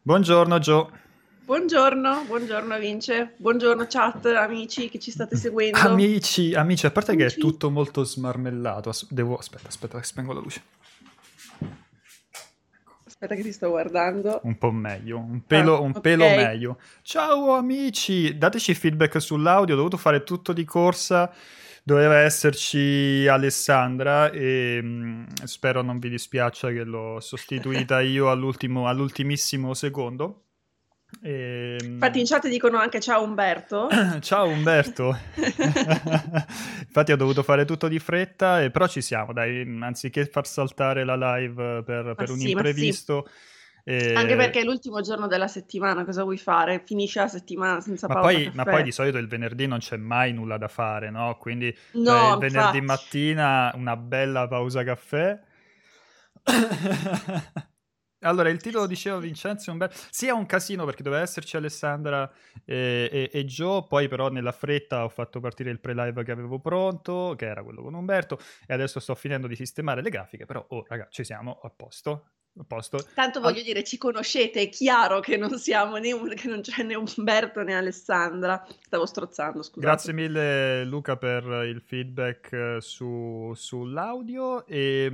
Buongiorno Gio. Buongiorno Vince, buongiorno chat, amici che ci state seguendo. Amici, a parte che è Amici, tutto molto smarmellato, aspetta, che spengo la luce. aspetta che ti sto guardando. Un po' meglio, Ah, un pelo ok. meglio. Ciao amici, dateci feedback sull'audio, ho dovuto fare tutto di corsa, doveva esserci Alessandra e spero non vi dispiaccia che l'ho sostituita io all'ultimissimo secondo. E, Infatti in chat dicono anche ciao Umberto. ciao Umberto. Infatti ho dovuto fare tutto di fretta, però ci siamo, dai, anziché far saltare la live per un Ma sì, imprevisto. anche eh, perché è l'ultimo giorno della settimana, cosa vuoi fare? Finisce la settimana senza pausa ma poi caffè. di solito il venerdì non c'è mai nulla da fare, no? Quindi cioè, il No, venerdì infatti. mattina una bella pausa caffè. Allora, il titolo diceva Vincenzo è un bel... Sì, è un casino perché doveva esserci Alessandra e Joe, poi però nella fretta ho fatto partire il pre-live che avevo pronto, che era quello con Umberto, e adesso sto finendo di sistemare le grafiche, però, oh, raga, ci siamo, a posto, a posto. Tanto voglio Al- dire, ci conoscete, è chiaro che non siamo che non c'è né Umberto né Alessandra. Stavo strozzando, scusate. Grazie mille Luca per il feedback sull'audio e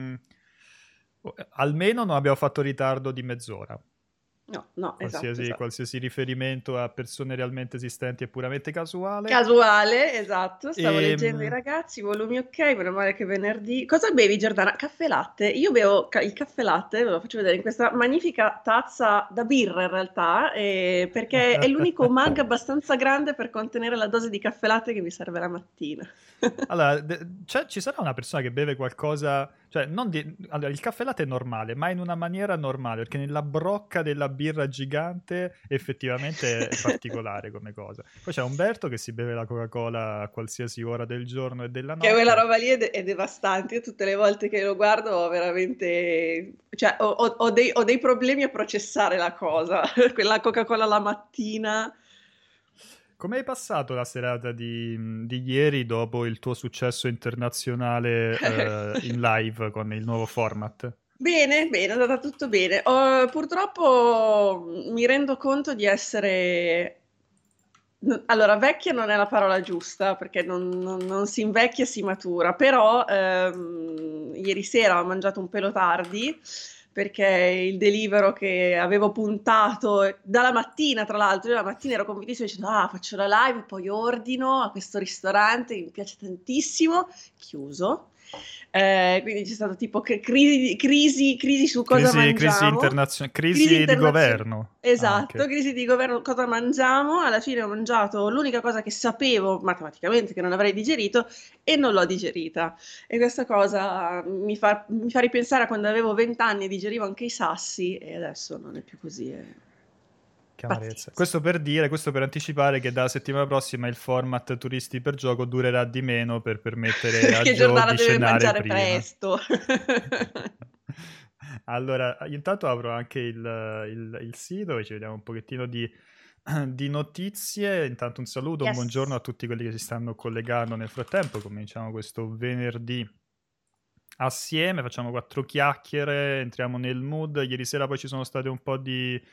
almeno non abbiamo fatto ritardo di mezz'ora. No, no, esatto, esatto. Qualsiasi riferimento a persone realmente esistenti è puramente casuale. Casuale, esatto. Stavo E, leggendo i ragazzi, volumi ok, meno male che è venerdì. Cosa bevi, Giordana? Caffè latte. Io bevo il caffè latte, ve lo faccio vedere in questa magnifica tazza da birra in realtà, perché è l'unico mug abbastanza grande per contenere la dose di caffè latte che mi serve la mattina. allora, ci sarà una persona che beve qualcosa, cioè non di, allora, il caffè latte è normale, ma in una maniera normale, perché nella brocca della birra gigante effettivamente è particolare come cosa. Poi c'è Umberto che si beve la Coca-Cola a qualsiasi ora del giorno e della Che quella notte. roba lì è devastante. Io tutte le volte che lo guardo ho veramente, cioè, ho dei problemi a processare la cosa. Quella Coca-Cola la mattina. Come hai passato la serata di ieri dopo il tuo successo internazionale in live con il nuovo format? Bene, bene, è andata tutto bene. Purtroppo mi rendo conto di essere... Allora, vecchia non è la parola giusta perché non si invecchia, si matura, però ieri sera ho mangiato un pelo tardi perché il delivero che avevo puntato dalla mattina, tra l'altro, io la mattina ero convintissima dicendo faccio la live, poi ordino a questo ristorante che mi piace tantissimo, chiuso. Quindi c'è stato tipo crisi su cosa Crisi mangiamo, internazionale, crisi crisi di internazionale. governo Esatto, anche. crisi di governo, cosa mangiamo? Alla fine ho mangiato l'unica cosa che sapevo matematicamente che non avrei digerito e non l'ho digerita. E questa cosa mi fa ripensare a quando avevo 20 anni e digerivo anche i sassi e adesso non è più così. Che amarezza. Pazienza. Questo per anticipare che dalla settimana prossima il format turisti per gioco durerà di meno per permettere a Che Joe Giordana di deve cenare mangiare prima. presto. Allora, intanto apro anche il sito e ci vediamo un pochettino di notizie. Intanto un saluto, un buongiorno Yes. a tutti quelli che si stanno collegando nel frattempo. Cominciamo questo venerdì assieme, facciamo quattro chiacchiere, entriamo nel mood. Ieri sera poi ci sono state un po'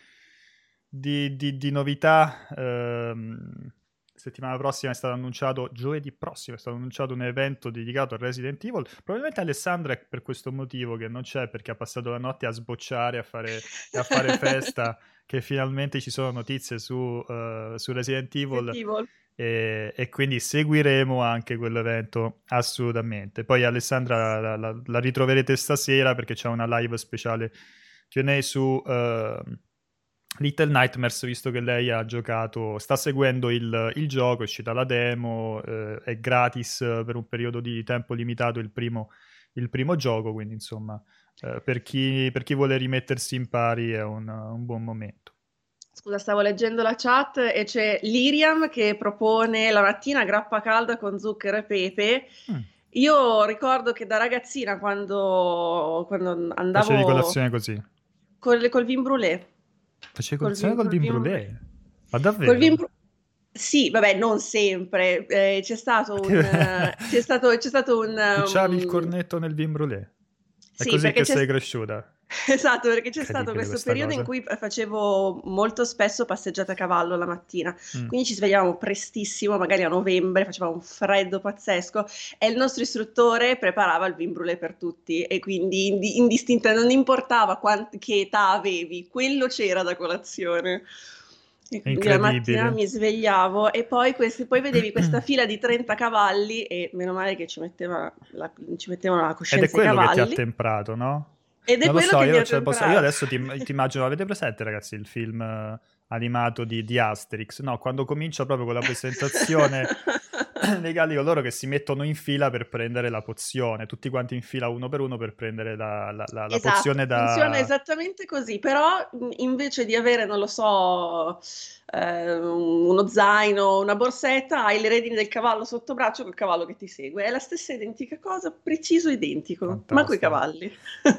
di novità. Settimana prossima è stato annunciato, giovedì prossimo è stato annunciato un evento dedicato a Resident Evil. Probabilmente Alessandra è per questo motivo che non c'è, perché ha passato la notte a sbocciare, a fare festa, che finalmente ci sono notizie su Resident Resident Evil Evil. e quindi seguiremo anche quell'evento assolutamente. Poi Alessandra la ritroverete stasera perché c'è una live speciale Q&A su Little Nightmares, visto che lei ha giocato, sta seguendo il gioco, è uscita la demo, è gratis per un periodo di tempo limitato il primo gioco, quindi insomma per chi vuole rimettersi in pari è un buon momento. Scusa, stavo leggendo la chat e c'è Liriam che propone la mattina grappa calda con zucchero e pepe. Mm, Io ricordo che da ragazzina, quando facevi andavo colazione così? col vin brûlé, Facevi colazione col col vin vin brûlé, brûlé? Ma col vin davvero? brûlé. Sì, vabbè, non sempre. C'è Ma stato te- c'è stato un, Cuciavi il cornetto nel vin brûlé? È sì, così perché che c'è sei cresciuta? Esatto, perché c'è stato Incredibile questo questa periodo in cosa. cui facevo molto spesso passeggiate a cavallo la mattina, Mm. quindi ci svegliavamo prestissimo, magari a novembre, faceva un freddo pazzesco e il nostro istruttore preparava il vin brûlé per tutti e quindi indistinta, non importava che età avevi, quello c'era da colazione. E È quindi la mattina incredibile. mi svegliavo e poi vedevi questa fila di 30 cavalli e meno male che ci mettevano la Ed è coscienza i quello che ti ha cavalli. temprato, no? Ed è Non lo quello so, che mi io, ha ce io temprato. adesso ti immagino, avete presente ragazzi il film animato di Asterix? No, quando comincia proprio con la presentazione dei galli con loro che si mettono in fila per prendere la pozione, tutti quanti in fila uno per uno per prendere la Esatto, pozione funziona da... esattamente così, però invece di avere, non lo so, uno zaino, una borsetta, hai le redini del cavallo sotto braccio col cavallo che ti segue. È la stessa identica cosa, preciso identico, ma coi Fantastico. cavalli.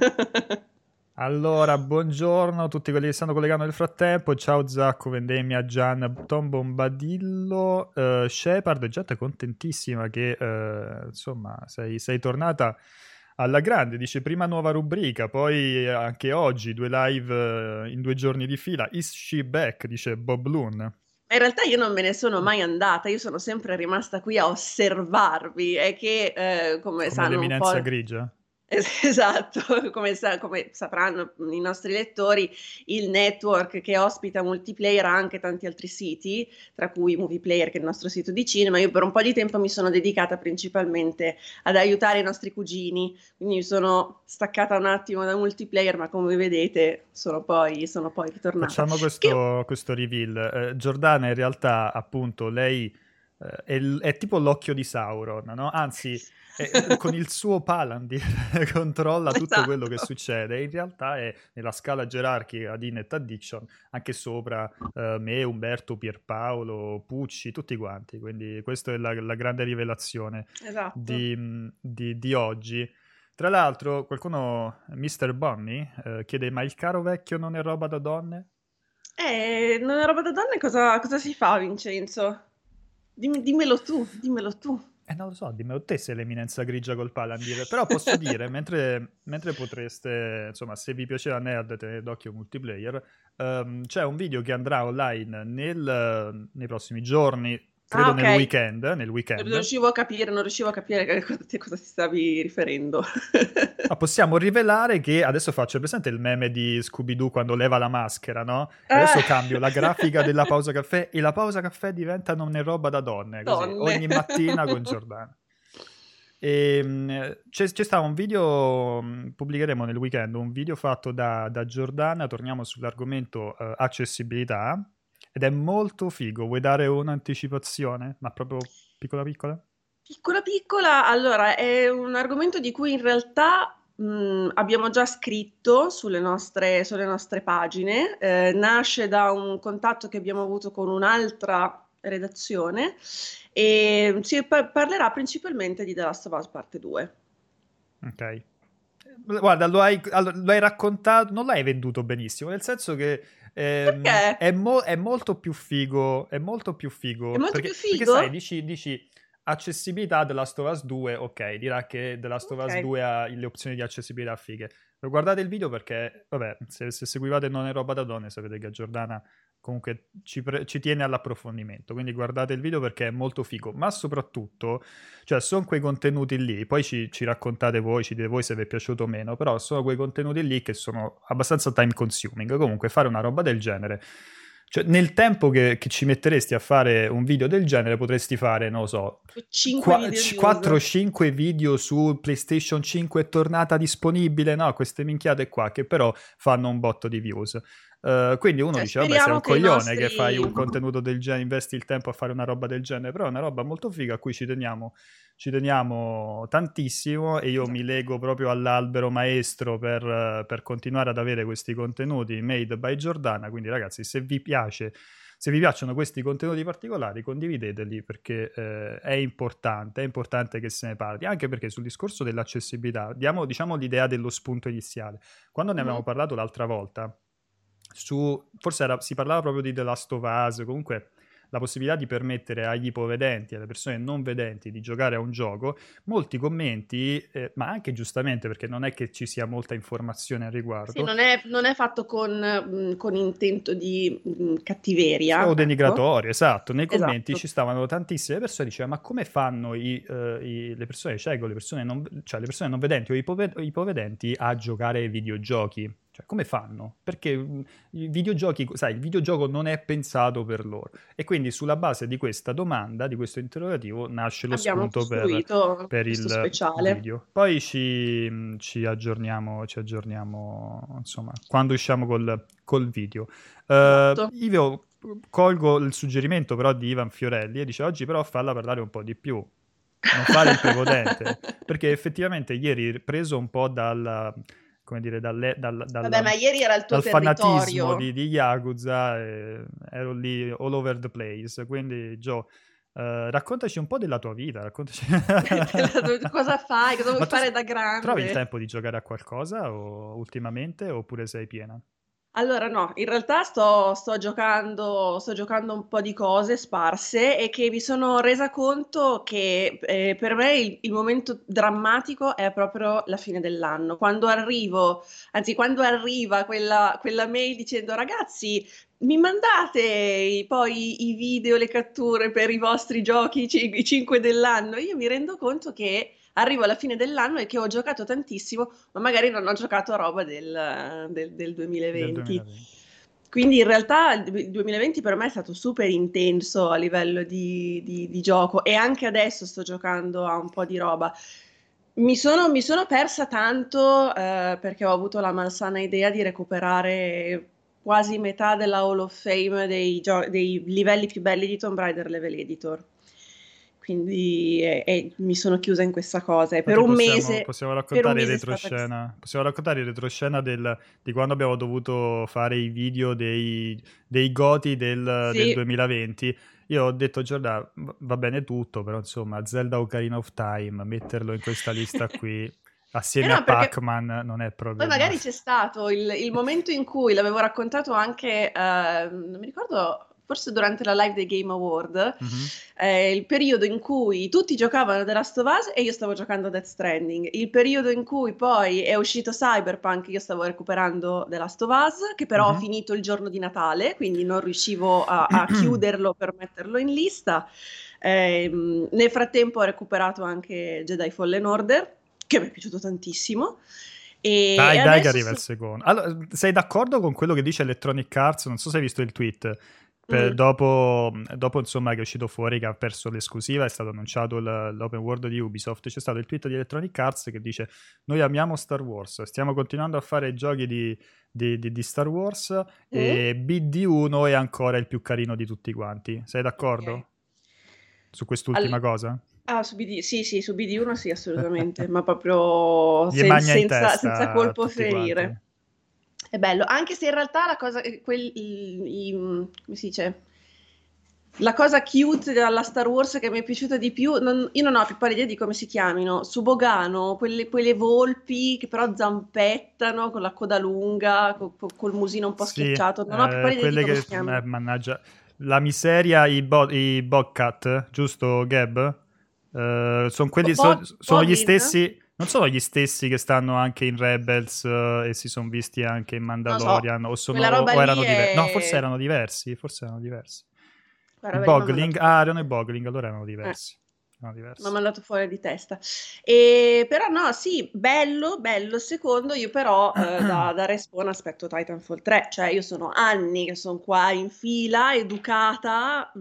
Allora, buongiorno a tutti quelli che stanno collegando nel frattempo. Ciao Zacco, Vendemmia, Gian, Tom Bombadillo, Shepard, gente contentissima che insomma sei tornata alla grande. Dice prima nuova rubrica, poi anche oggi 2 live in 2 giorni di fila. Is she back? Dice Bob Loon. In realtà io non me ne sono mai andata, io sono sempre rimasta qui a osservarvi e che, come Come sanno un l'eminenza po'. grigia. Esatto, come sapranno i nostri lettori, il network che ospita Multiplayer ha anche tanti altri siti, tra cui Movieplayer, che è il nostro sito di cinema. Io per un po' di tempo mi sono dedicata principalmente ad aiutare i nostri cugini, quindi mi sono staccata un attimo da Multiplayer, ma come vedete sono poi ritornata. Facciamo Che questo reveal. Giordana in realtà, appunto, lei è tipo l'occhio di Sauron, no? Anzi, con il suo Palantir controlla tutto quello che Esatto. succede. In realtà è nella scala gerarchica di Net Addiction, anche sopra me, Umberto, Pierpaolo, Pucci, tutti quanti. Quindi questa è la grande rivelazione Esatto. di oggi. Tra l'altro, qualcuno, Mr. Bunny, chiede: Ma il caro vecchio non è roba da donne? Non è roba da donne, cosa si fa, Vincenzo? Dimmelo tu, dimmelo tu. Non lo so, dimmelo te se è l'eminenza grigia col Palandir. Però posso dire, mentre potreste, insomma, se vi piaceva Nerd, tenete d'occhio Multiplayer, c'è un video che andrà online nei prossimi giorni, Ah, credo ok. nel Non weekend. riuscivo a capire, non riuscivo a capire cosa ti stavi riferendo. Ma possiamo rivelare che adesso faccio presente il meme di Scooby-Doo quando leva la maschera, no? E Ah. adesso cambio la grafica della pausa caffè e la pausa caffè diventa non è roba da donne, così, Donne. ogni mattina con Giordana. E, c'è stato un video, pubblicheremo nel weekend, un video fatto da Giordana, torniamo sull'argomento accessibilità, ed è molto figo. Vuoi dare un'anticipazione? Ma proprio piccola piccola? Piccola piccola, allora è un argomento di cui in realtà abbiamo già scritto sulle nostre pagine, nasce da un contatto che abbiamo avuto con un'altra redazione e parlerà principalmente di The Last of Us parte 2. Ok. Guarda, lo hai raccontato, non l'hai venduto benissimo, nel senso che Perché? è molto più figo, è molto più È figo, molto più perché sai, figo? dici accessibilità The Last of Us 2, ok, dirà che The Last of Us Ok. 2 ha le opzioni di accessibilità fighe. Però guardate il video perché, vabbè, se seguivate Non è roba da donne sapete che Giordana comunque ci tiene all'approfondimento, quindi guardate il video perché è molto figo, ma soprattutto, cioè sono quei contenuti lì, poi ci raccontate voi, ci dite voi se vi è piaciuto o meno, però sono quei contenuti lì che sono abbastanza time consuming, comunque fare una roba del genere, cioè nel tempo che ci metteresti a fare un video del genere potresti fare, non lo so, 5 video news. 4-5 video su PlayStation 5 è tornata disponibile, no? Queste minchiate qua che però fanno un botto di views. Quindi uno Cioè, dice, vabbè, sei un speriamo che i coglione che fai nostri. un contenuto del genere, investi il tempo a fare una roba del genere, però è una roba molto figa a cui ci teniamo tantissimo e io mi Esatto. lego proprio all'albero maestro per continuare ad avere questi contenuti made by Giordana, quindi ragazzi, se vi piacciono questi contenuti particolari, condivideteli perché è importante che se ne parli, anche perché sul discorso dell'accessibilità diamo, diciamo, l'idea dello spunto iniziale. Quando ne Mhm. avevamo parlato l'altra volta, forse si parlava proprio di The Last of Us, comunque la possibilità di permettere agli ipovedenti, alle persone non vedenti di giocare a un gioco, molti commenti, ma anche giustamente perché non è che ci sia molta informazione al riguardo. Sì, non è fatto con intento di cattiveria, O ecco. denigratorio, esatto. Nei commenti Esatto. ci stavano tantissime persone che dicevano: ma come fanno le persone cieche, le persone cioè le persone non vedenti o ipovedenti a giocare ai videogiochi? Cioè, come fanno? Perché i videogiochi, sai, il videogioco non è pensato per loro. E quindi sulla base di questa domanda, di questo interrogativo, nasce lo Abbiamo spunto costruito per questo il speciale. video. Poi ci aggiorniamo, insomma, quando usciamo col video. Esatto. Io colgo il suggerimento però di Ivan Fiorelli e dice: oggi però falla parlare un po' di più, non fare il prepotente, perché effettivamente ieri, preso un po' come dire, Vabbè, ma ieri era il tuo dal fanatismo territorio. di Yakuza, ero lì all over the place. Quindi Gio, raccontaci un po' della tua vita, raccontaci... Cosa fai? Cosa vuoi Ma tu fare da trovi il grande? tempo di giocare a qualcosa ultimamente, oppure sei piena? Allora no, in realtà sto giocando un po' di cose sparse e che mi sono resa conto che per me il momento drammatico è proprio la fine dell'anno, quando arrivo, anzi quando arriva quella mail dicendo ragazzi, mi mandate poi i video, le catture per i vostri giochi, i 5 dell'anno, io mi rendo conto che arrivo alla fine dell'anno e che ho giocato tantissimo ma magari non ho giocato a roba del Del 2020. 2020. Quindi in realtà il 2020 per me è stato super intenso a livello di gioco e anche adesso sto giocando a un po' di roba. Mi sono persa tanto perché ho avuto la malsana idea di recuperare quasi metà della Hall of Fame dei livelli più belli di Tomb Raider Level Editor. Quindi mi sono chiusa in questa cosa e per Infatti un mese, per un mese è stata così. possiamo raccontare il retroscena di quando abbiamo dovuto fare i video dei Goti del Sì, 2020. Io ho detto, Giordano, va bene tutto, però insomma, Zelda Ocarina of Time, metterlo in questa lista qui, assieme a no, perché Pac-Man, non è poi proprio il magari massimo. c'è stato il momento in cui l'avevo raccontato anche, non mi ricordo, forse durante la live dei Game Award, Mhm. il periodo in cui tutti giocavano The Last of Us e io stavo giocando a Death Stranding, il periodo in cui poi è uscito Cyberpunk, io stavo recuperando The Last of Us, che però ho Mhm. finito il giorno di Natale, quindi non riuscivo a chiuderlo per metterlo in lista. Nel frattempo ho recuperato anche Jedi Fallen Order, che mi è piaciuto tantissimo. E Dai che adesso arriva il secondo. Allora, sei d'accordo con quello che dice Electronic Arts? Non so se hai visto il tweet. mm, Dopo insomma che è uscito fuori che ha perso l'esclusiva, è stato annunciato l'open world di Ubisoft, c'è stato il tweet di Electronic Arts che dice: noi amiamo Star Wars, stiamo continuando a fare giochi di Star Wars mm, e BD1 è ancora il più carino di tutti quanti. Sei ok. d'accordo su quest'ultima Al- cosa? Su BD, sì, sì, su BD1 sì, assolutamente, ma proprio Gli magna in senza testa a colpo tutti quanti. ferire. È bello, anche se in realtà la cosa, come si dice? La cosa cute della Star Wars che mi è piaciuta di più, io non ho più pari idea di come si chiamino, Subogano, quelle volpi che però zampettano con la coda lunga, col musino un po' Sì, schiacciato, non ho più pari idea di quelle come che... si chiamino. mannaggia. La miseria, i Bobcat, giusto Gab? Sono quelli, sono gli Boglin? stessi... Non sono gli stessi che stanno anche in Rebels e si sono visti anche in Non so, Mandalorian quella roba o lì erano diversi? No, è... forse erano diversi. Quella I roba lì mi ha Bogling? mandato Ah, fuori. erano i Bogling, allora erano Eh. diversi. Erano Mi ha diversi. mandato fuori di testa. E, però no, sì, bello, bello. Secondo, io però da Respawn aspetto Titanfall 3, cioè io sono anni che sono qua in fila, educata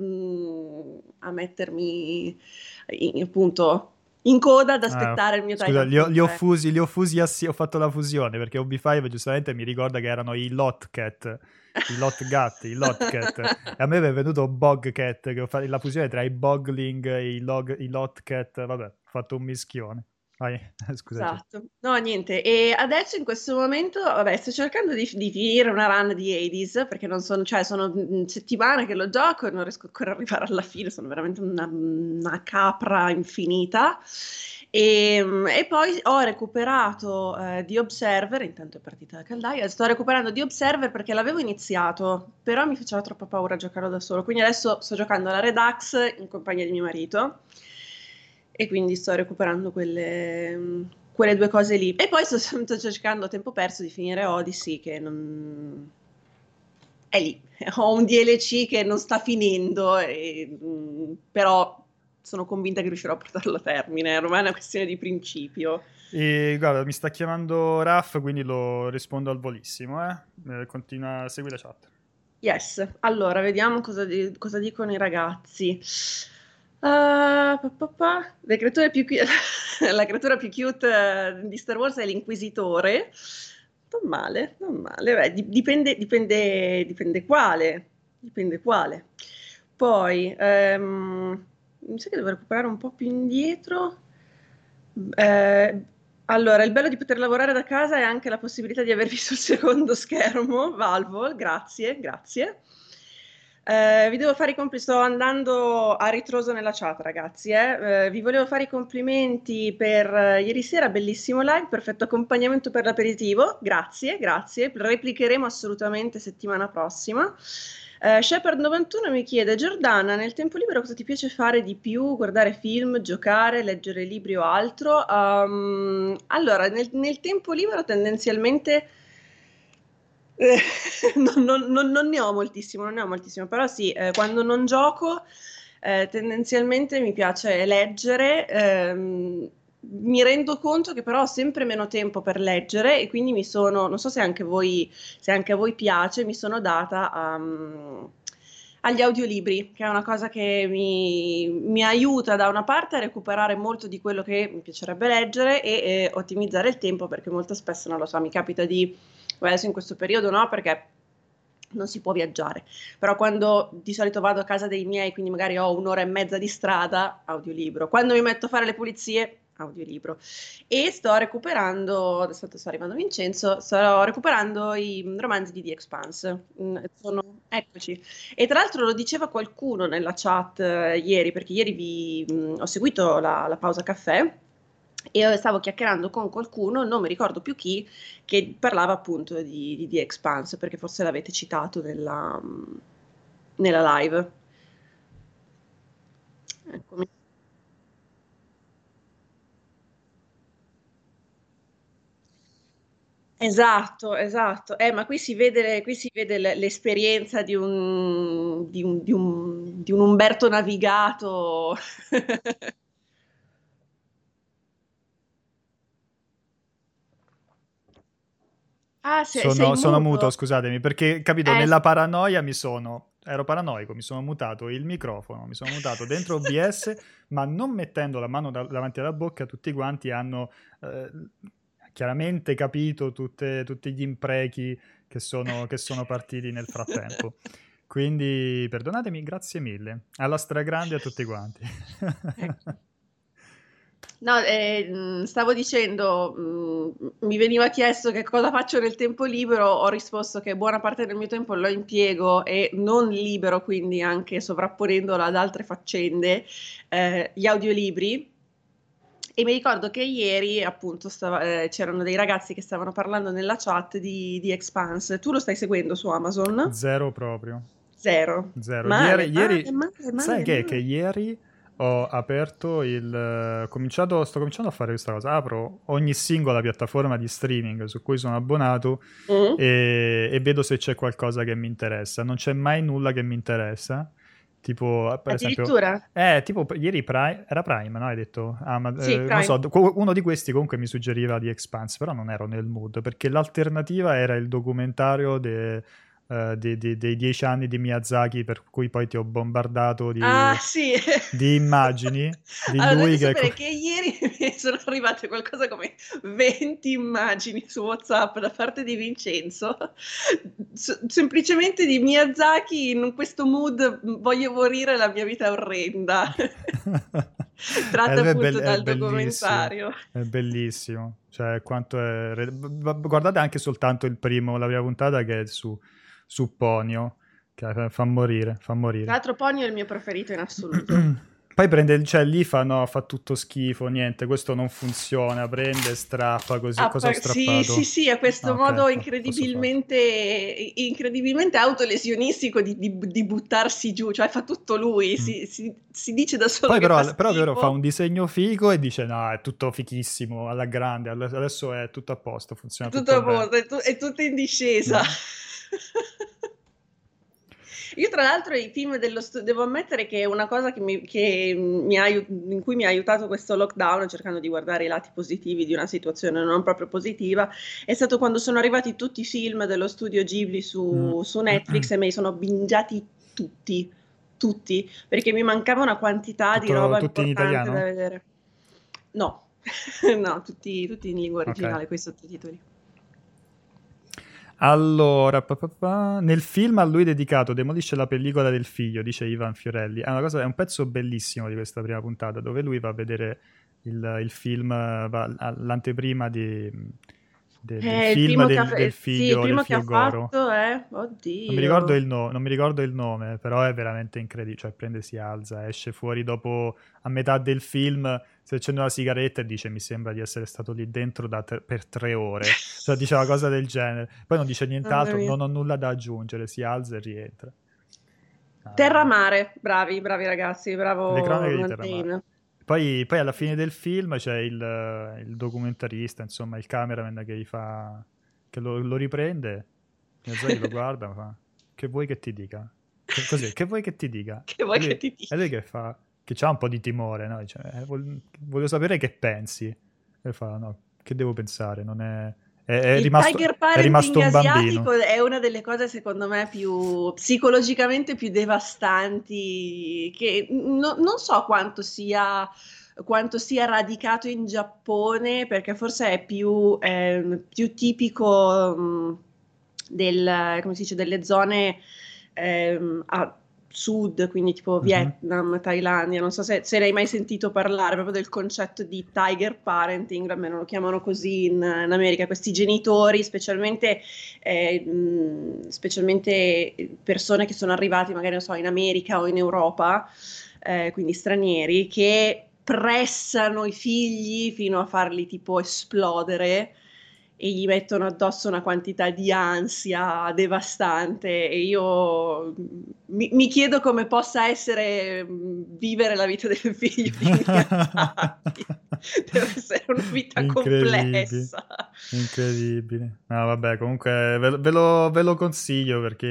a mettermi appunto in coda ad aspettare il mio Scusa, Titanfall 3. li ho fusi ho fatto la fusione perché OB5 giustamente mi ricorda che erano i Lotcat, i Lotgat, i Lotcat. E a me è venuto Bogcat, che ho fatto la fusione tra i Bogling e i Lotcat, vabbè, ho fatto un mischione. Vai, scusaci. Esatto. No, niente. E adesso in questo momento, vabbè, sto cercando di finire una run di Hades perché non sono, cioè, sono settimane che lo gioco e non riesco ancora ad arrivare alla fine. Sono veramente una capra infinita. E poi ho recuperato The Observer. Intanto è partita la caldaia. Sto recuperando The Observer perché l'avevo iniziato, però mi faceva troppa paura giocarlo da solo. Quindi adesso sto giocando alla Redux in compagnia di mio marito. E quindi sto recuperando quelle due cose lì. E poi sto cercando a tempo perso di finire Odyssey, che non... è lì. Ho un DLC che non sta finendo, però sono convinta che riuscirò a portarlo a termine. Ormai è una questione di principio. E guarda, mi sta chiamando Raf, quindi lo rispondo al volissimo, eh? Continua a seguire la chat. Yes, allora vediamo cosa dicono i ragazzi. La creatura più, la creatura più cute di Star Wars è l'Inquisitore. Non male, non male. Beh, dipende quale. Dipende quale. Poi, mi sa che devo recuperare un po' più indietro. Eh, allora, il bello di poter lavorare da casa è anche la possibilità di avervi sul secondo schermo. Valvo, grazie, grazie. Vi devo fare i complimenti, sto andando a ritroso nella chat, ragazzi. Vi volevo fare i complimenti per ieri sera, bellissimo live, perfetto accompagnamento per l'aperitivo. Grazie, grazie. Replicheremo assolutamente settimana prossima. Shepard91 mi chiede: Giordana, nel tempo libero cosa ti piace fare di più? Guardare film, giocare, leggere libri o altro? Allora, nel tempo libero tendenzialmente eh, non ne ho moltissimo, non ne ho moltissimo, però sì, quando non gioco, tendenzialmente mi piace leggere. Mi rendo conto che però ho sempre meno tempo per leggere e quindi non so se anche a voi piace, mi sono data agli audiolibri, che è una cosa che mi aiuta da una parte a recuperare molto di quello che mi piacerebbe leggere e ottimizzare il tempo, perché molto spesso, non lo so, mi capita di adesso in questo periodo no, perché non si può viaggiare, però quando di solito vado a casa dei miei, quindi magari ho un'ora e mezza di strada, audiolibro. Quando mi metto a fare le pulizie, audiolibro. E sto recuperando, adesso sta arrivando Vincenzo, sto recuperando i romanzi di The Expanse. Eccoci. E tra l'altro lo diceva qualcuno nella chat ieri, perché ieri ho seguito la pausa caffè e stavo chiacchierando con qualcuno, non mi ricordo più chi, che parlava appunto di The Expanse, perché forse l'avete citato nella live. Eccomi. Esatto, esatto. Ma qui si vede l'esperienza di un Umberto Navigato. Ah, sei Sono muto, muto. scusatemi, perché capito, nella Sì. paranoia ero paranoico, mi sono mutato il microfono, mi sono mutato dentro OBS, ma non mettendo la mano davanti alla bocca, tutti quanti hanno eh, chiaramente capito tutti gli imprechi che sono partiti nel frattempo. Quindi perdonatemi, grazie mille. Alla stragrande a tutti quanti. Ecco. No, stavo dicendo, mi veniva chiesto che cosa faccio nel tempo libero, ho risposto che buona parte del mio tempo lo impiego e non libero, quindi anche sovrapponendola ad altre faccende, gli audiolibri. E mi ricordo che ieri appunto c'erano dei ragazzi che stavano parlando nella chat di Expanse. Tu lo stai seguendo su Amazon? Zero proprio. Zero. Zero. Male, male, Ieri, male, sai male, che? Che male. ieri ho aperto sto cominciando a fare questa cosa. Apro ogni singola piattaforma di streaming su cui sono abbonato Mm? e vedo se c'è qualcosa che mi interessa. Non c'è mai nulla che mi interessa. Tipo, per esempio, Addirittura? tipo ieri era Prime, no? Hai detto, Sì, non so, Prime. uno di questi comunque mi suggeriva di Expanse, però non ero nel mood perché l'alternativa era il documentario dei 10 anni di Miyazaki, per cui poi ti ho bombardato Ah, sì. di immagini di Allora, lui dovete che... sapere che ieri mi sono arrivate qualcosa come 20 immagini su WhatsApp da parte di Vincenzo, semplicemente di Miyazaki in questo mood, voglio morire, la mia vita è orrenda. Tratta appunto È dal bellissimo, documentario. è bellissimo. Cioè, quanto è... Guardate anche soltanto il primo, la prima puntata che è su Ponio, che fa morire, fa Tra morire. l'altro Ponyo è il mio preferito in assoluto. Poi prende, cioè lì fa, no, fa tutto schifo, niente, questo non funziona, prende, strappa così, Ah, cosa ho sì, sì, strappato? sì, ha Ah, questo ok, modo posso farlo. incredibilmente autolesionistico di buttarsi giù, cioè fa tutto lui, Mm. si dice da solo Poi che fa però fa schifo, un disegno figo e dice no, è tutto fichissimo, alla grande, adesso è tutto a posto, è funziona tutto tutto a bene. posto, è tutto in discesa. Mm. Io tra l'altro i film devo ammettere che è una cosa in cui mi ha aiutato questo lockdown, cercando di guardare i lati positivi di una situazione non proprio positiva, è stato quando sono arrivati tutti i film dello studio Ghibli Mm. su Netflix e me li sono bingiati tutti, tutti, perché mi mancava una quantità di roba Tutti in importante da italiano? vedere. No, no, tutti in lingua Ok. originale, con i sottotitoli. Allora, nel film a lui dedicato demolisce la pellicola del figlio, dice Ivan Fiorelli. È un pezzo bellissimo di questa prima puntata, dove lui va a vedere il film, l'anteprima del Il film primo che del sì, il del primo che ha figlio Goro. fatto è, oddio. Non mi ricordo il nome, però è veramente incredibile. Cioè, prende, si alza, esce fuori dopo a metà del film, si accende una sigaretta e dice: Mi sembra di essere stato lì dentro per 3 ore. Cioè, dice una cosa del genere. Poi non dice Mamma nient'altro, mia. non ho nulla da aggiungere. Si alza e rientra. Ah, Terramare, bravi, bravi ragazzi, le bravo cronache di Terramare. Mantain. Poi alla fine del film c'è il documentarista, insomma, il cameraman che gli fa, che lo riprende. Miyazaki lo guarda, fa, che vuoi che ti dica? Così, che vuoi che ti dica? Che vuoi che ti E dica? lui che fa, che c'ha un po' di timore, no? Dice, voglio sapere che pensi. E fa, no, che devo pensare? Non è, Il tiger è parenting rimasto un asiatico bambino. è una delle cose secondo me più psicologicamente più devastanti, che non so quanto sia radicato in Giappone, perché forse è più tipico come si dice, delle zone a sud, quindi tipo Mhm. Vietnam, Thailandia. Non so se ne hai mai sentito parlare proprio del concetto di tiger parenting, almeno lo chiamano così in America, questi genitori, specialmente persone che sono arrivati magari, non so, in America o in Europa, quindi stranieri, che pressano i figli fino a farli tipo esplodere e gli mettono addosso una quantità di ansia devastante e io mi chiedo come possa essere vivere la vita del figlio di Miyazaki. Deve essere una vita Incredibile, complessa. incredibile. No, vabbè, comunque ve lo consiglio perché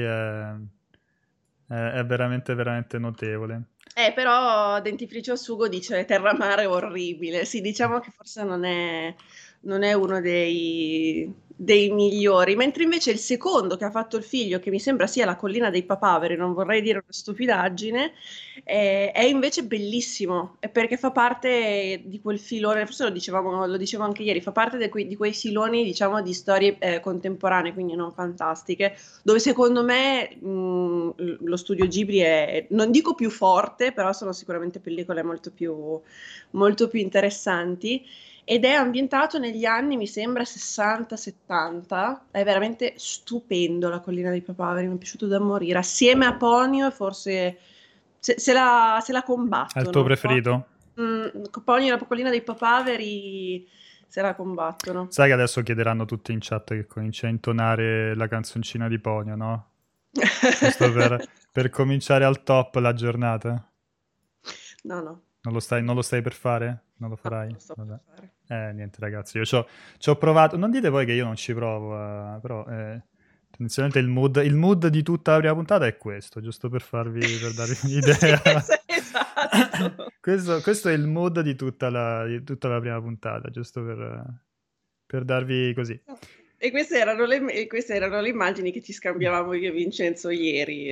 è veramente, veramente notevole. Però Dentifricio al sugo dice Terramare è orribile. Sì, diciamo che forse non è uno dei migliori. Mentre invece il secondo che ha fatto il figlio, che mi sembra sia La collina dei papaveri, non vorrei dire una stupidaggine, è invece bellissimo. È perché fa parte di quel filone, forse lo dicevo anche ieri, fa parte di quei filoni, diciamo, di storie contemporanee, quindi non fantastiche dove secondo me lo studio Ghibli è, non dico più forte, però sono sicuramente pellicole molto più interessanti. Ed è ambientato negli anni, mi sembra, 60-70. È veramente stupendo La collina dei papaveri, mi è piaciuto da morire. Assieme a Ponyo, e forse se la È il tuo combattono. preferito? Ponyo e La collina dei papaveri se la combattono. Sai che adesso chiederanno tutti in chat che cominci a intonare la canzoncina di Ponyo, no? Giusto per cominciare al top la giornata. No, no, Non lo stai per fare? Non lo no, farai? non lo sto per Vabbè. fare. Niente ragazzi, io ci ho provato, non dite poi che io non ci provo, però tendenzialmente il mood di tutta la prima puntata è questo, giusto per darvi Sì, un'idea. esatto. Questo è il mood di tutta la prima puntata, giusto per darvi così. E queste erano le immagini che ci scambiavamo io e Vincenzo ieri.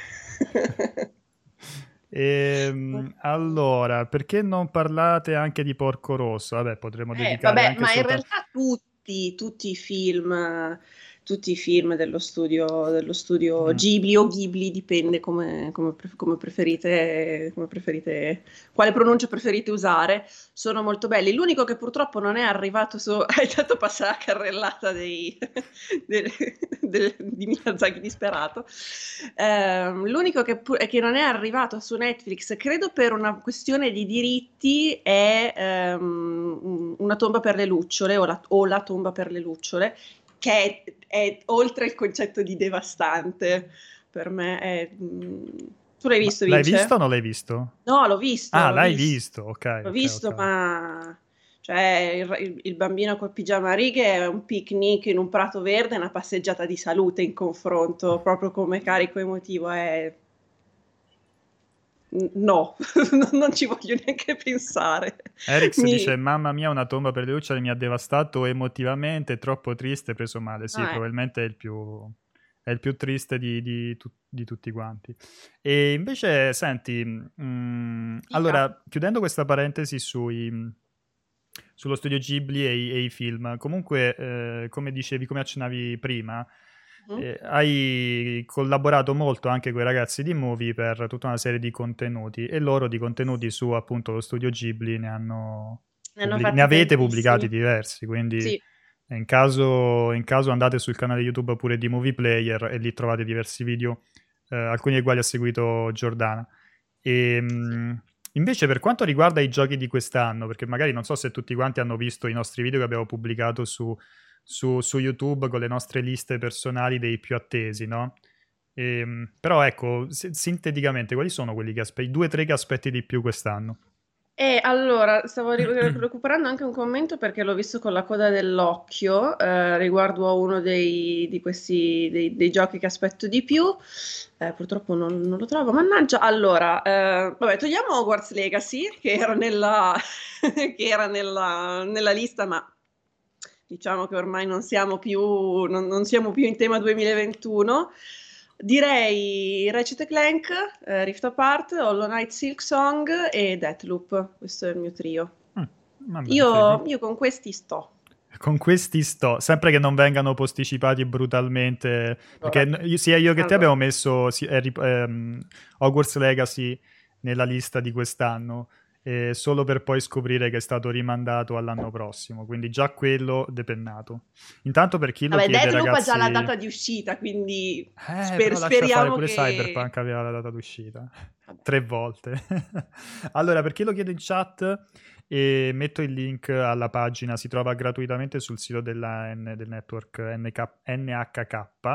Allora, perché non parlate anche di Porco Rosso? Vabbè, potremmo dedicare Vabbè, anche ma in soltanto... realtà tutti i film tutti i film dello studio Mm. Ghibli o Ghibli, dipende come preferite, quale pronuncia preferite usare, sono molto belli. L'unico che purtroppo non è arrivato su, hai dato passare la carrellata di Miyazaki disperato. L'unico che non è arrivato su Netflix, credo per una questione di diritti, è Una tomba per le lucciole o la tomba per le lucciole, che è oltre il concetto di devastante. Per me è... Tu l'hai Ma visto, l'hai visto o Vince? non l'hai visto? No, l'ho visto, Ah, l'ho l'hai visto. visto, ok, L'ho ok, visto, ok. ma cioè il bambino col pigiama a righe è un picnic in un prato verde, è una passeggiata di salute in confronto, proprio come carico emotivo. No, non ci voglio neanche pensare. Erix dice: Mi... Mamma mia, una tomba per le lucciole mi ha devastato emotivamente, è troppo triste, preso male. Sì, Ah, probabilmente è il più triste di tutti quanti. E invece, senti, dica. allora, chiudendo questa parentesi sullo studio Ghibli e i film, comunque, come dicevi, come accennavi prima, Mhm. hai collaborato molto anche con i ragazzi di Movie per tutta una serie di contenuti e loro di contenuti su appunto lo studio Ghibli Ne hanno ne fatti avete pubblicati tantissimi. diversi, quindi Sì, in caso andate sul canale YouTube pure di Movie Player e lì trovate diversi video, alcuni dei quali ha seguito Giordana. E, sì. invece per quanto riguarda i giochi di quest'anno, perché magari non so se tutti quanti hanno visto i nostri video che abbiamo pubblicato su YouTube con le nostre liste personali dei più attesi, no? Però ecco, sinteticamente, quali sono quelli che aspetti, i due o tre che aspetti di più quest'anno? E allora, stavo recuperando anche un commento perché l'ho visto con la coda dell'occhio, riguardo a uno di questi dei giochi che aspetto di più. Purtroppo non lo trovo, mannaggia. Allora, vabbè, togliamo Hogwarts Legacy, che era che era nella lista, ma diciamo che ormai non siamo più in tema 2021. Direi Ratchet Clank, Rift Apart, Hollow Knight Silksong e Deathloop. Questo è il mio trio. Mm, vabbè, vedi. Io con questi sto. Con questi sto, sempre che non vengano posticipati brutalmente, perché Allora, sia io che te allora. abbiamo messo Hogwarts Legacy nella lista di quest'anno, solo per poi scoprire che è stato rimandato all'anno prossimo, quindi già quello depennato. Intanto per chi lo Vabbè, chiede, Deathloop ha già la ragazzi, data di uscita, quindi però lascia fare speriamo pure che... Cyberpunk aveva la data d'uscita. Vabbè. 3 volte. Allora, per chi lo chiede in chat, metto il link alla pagina, si trova gratuitamente sul sito del network NHK,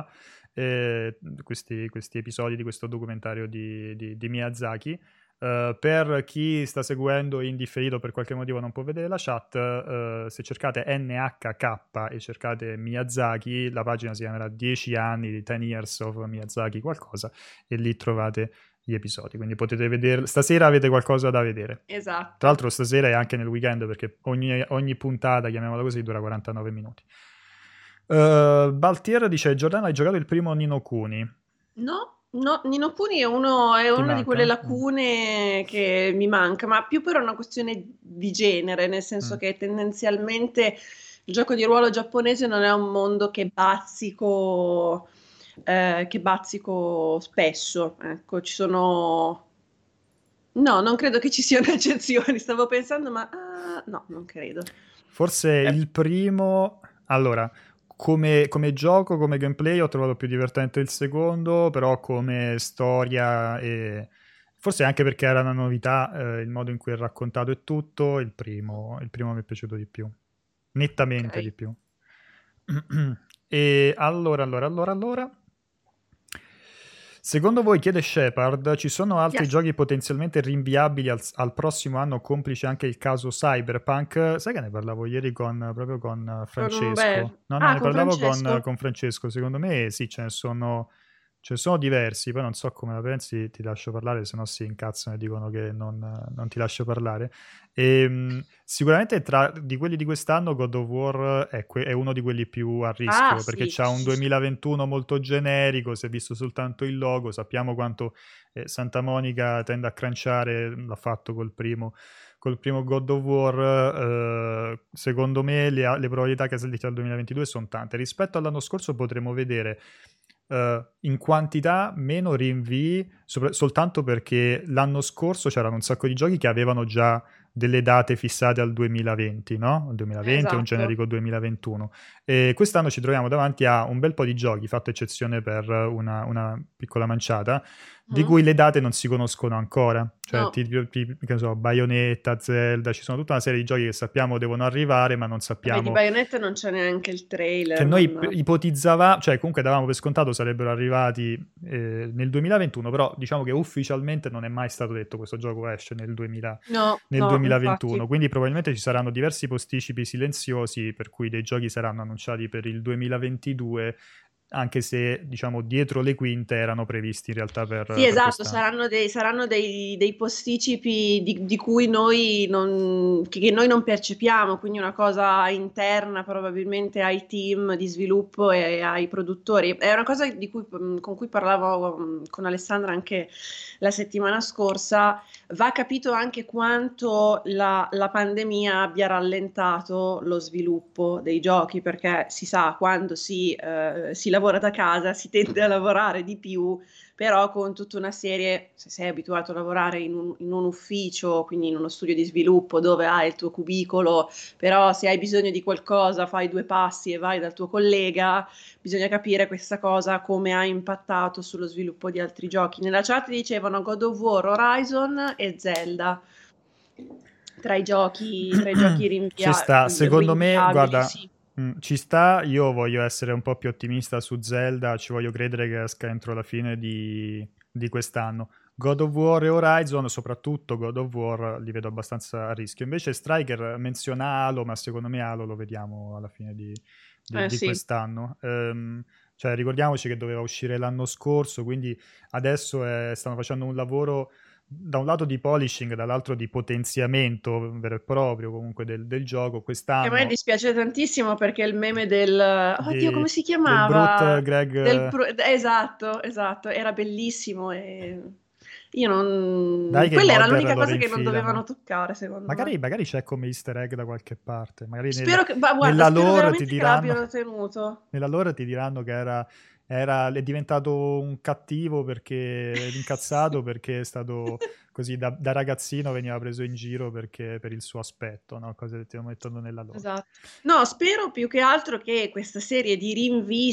questi episodi di questo documentario di Miyazaki. Per chi sta seguendo in differito per qualche motivo non può vedere la chat, se cercate NHK e cercate Miyazaki, la pagina si chiamerà 10 anni di 10 years of Miyazaki qualcosa e lì trovate gli episodi, quindi potete vedere. Stasera avete qualcosa da vedere. Tra Esatto. l'altro stasera è anche nel weekend perché ogni puntata, chiamiamola così, dura 49 minuti. Baltier dice: Giordano, hai giocato il primo Nino Kuni? No, no, Nino Kuni è Ti una di quelle manca? Mm. lacune che mi manca, ma più per una questione di genere, nel senso Mm. che tendenzialmente il gioco di ruolo giapponese non è un mondo che bazzico spesso. Ecco, ci sono... No, non credo che ci siano eccezioni, stavo pensando, ma no, non credo. Forse Eh, il primo. Allora, come gioco, come gameplay ho trovato più divertente il secondo, però come storia e forse anche perché era una novità, il modo in cui è raccontato e tutto, il primo mi è piaciuto di più, nettamente ok. di più. E allora. Secondo voi, chiede Shepard, ci sono altri Yes. giochi potenzialmente rinviabili al prossimo anno, complice anche il caso Cyberpunk? Sai che ne parlavo ieri proprio con Francesco? No, no, ne Con parlavo Francesco? con Francesco. Secondo me sì, ce ne sono diversi, poi non so come la pensi, ti lascio parlare, se no si incazzano e dicono che non ti lascio parlare. Sicuramente di quelli di quest'anno God of War è uno di quelli più a Ah, rischio, perché sì, c'ha un 2021 molto generico, si è visto soltanto il logo, sappiamo quanto Santa Monica tende a crunchare, l'ha fatto col primo, col primo God of War, secondo me le probabilità che saliti al 2022 sono tante. Rispetto all'anno scorso potremo vedere in quantità meno rinvii, soltanto perché l'anno scorso c'erano un sacco di giochi che avevano già delle date fissate al 2020, no? Il 2020 o un Esatto. generico 2021. E quest'anno ci troviamo davanti a un bel po' di giochi, fatto eccezione per una piccola manciata, di Mhm. cui le date non si conoscono ancora. Cioè, No. che ne so, Bayonetta, Zelda, ci sono tutta una serie di giochi che sappiamo devono arrivare, ma non Vabbè, di sappiamo Bayonetta non c'è neanche il che trailer. noi Non... ipotizzavamo, cioè comunque davamo per scontato sarebbero arrivati nel 2021, però diciamo che ufficialmente non è mai stato detto questo gioco esce No, nel no, 2021, infatti. quindi probabilmente ci saranno diversi posticipi silenziosi per cui dei giochi saranno annunciati per il 2022, anche se diciamo dietro le quinte erano previsti in realtà Sì, per esatto, quest'anno. saranno dei posticipi di cui noi che noi non percepiamo, quindi una cosa interna probabilmente ai team di sviluppo e ai produttori. È una cosa con cui parlavo con Alessandra anche la settimana scorsa. Va capito anche quanto la pandemia abbia rallentato lo sviluppo dei giochi, perché si sa, quando si lavora da casa si tende a lavorare di più, però con tutta una serie, se sei abituato a lavorare in un ufficio, quindi in uno studio di sviluppo dove hai il tuo cubicolo, però se hai bisogno di qualcosa fai due passi e vai dal tuo collega, bisogna capire questa cosa come ha impattato sullo sviluppo di altri giochi. Nella chat dicevano God of War, Horizon e Zelda tra i giochi Ci sta, secondo me, rinviabili, guarda, sì. ci sta, io voglio essere un po' più ottimista su Zelda, ci voglio credere che esca entro la fine di quest'anno. God of War e Horizon, soprattutto God of War, li vedo abbastanza a rischio. Invece Striker menziona Halo, ma secondo me Halo lo vediamo alla fine di Sì. quest'anno. Cioè, ricordiamoci che doveva uscire l'anno scorso, quindi adesso stanno facendo un lavoro da un lato di polishing, dall'altro di potenziamento vero e proprio comunque del gioco. Che a me Quest'anno dispiace tantissimo perché il meme del... Oddio, come si del Brute chiamava? Greg, Esatto, esatto, era bellissimo e io non... dai che i Quella era modder l'unica lo cosa che non dovevano reinfilano. toccare, secondo me. Magari c'è come easter egg da qualche parte, magari Spero che... Ma guarda, nella spero lore ti veramente che diranno, l'abbiano tenuto. nella lore ti diranno che è diventato un cattivo perché incazzato Sì. perché è stato così da ragazzino veniva preso in giro perché per il suo aspetto, no? Cose che ti mettono nella lore. Esatto. No, spero più che altro che questa serie di rinvii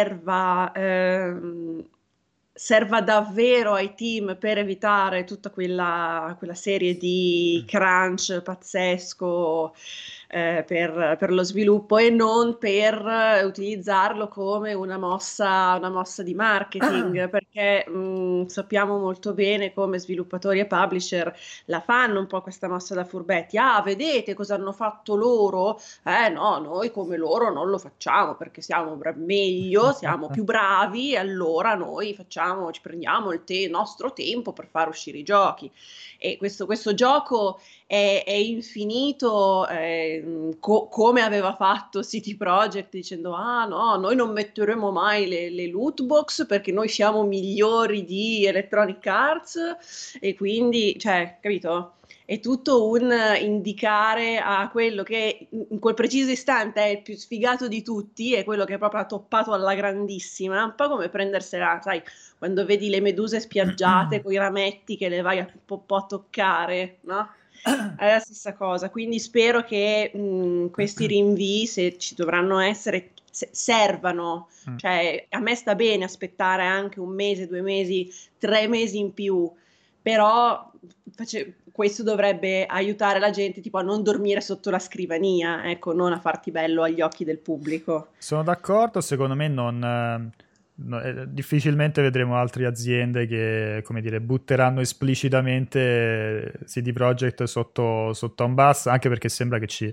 serva davvero ai team per evitare tutta quella serie di crunch pazzesco per lo sviluppo e non per utilizzarlo come una mossa di marketing, perché sappiamo molto bene come sviluppatori e publisher la fanno un po' questa mossa da furbetti. Ah, vedete cosa hanno fatto loro? No, noi come loro non lo facciamo perché meglio, siamo più bravi, e allora noi facciamo, ci prendiamo nostro tempo per far uscire i giochi. E questo gioco è infinito, come aveva fatto City Project dicendo: Ah, no, noi non metteremo mai le loot box perché noi siamo migliori di Electronic Arts, e quindi, cioè, capito? È tutto un indicare a quello che in quel preciso istante è il più sfigato di tutti, è quello che proprio ha toppato alla grandissima, un po' come prendersela, sai, quando vedi le meduse spiaggiate con i rametti che le vai po' a toccare, no? È la stessa cosa, quindi spero che questi rinvii, se ci dovranno essere, servano. Mm. Cioè, a me sta bene aspettare anche un mese, 2 mesi, 3 mesi in più, però questo dovrebbe aiutare la gente tipo a non dormire sotto la scrivania, ecco, non a farti bello agli occhi del pubblico. Sono d'accordo, secondo me difficilmente vedremo altre aziende che, come dire, butteranno esplicitamente CD Projekt sotto a un bus, anche perché sembra che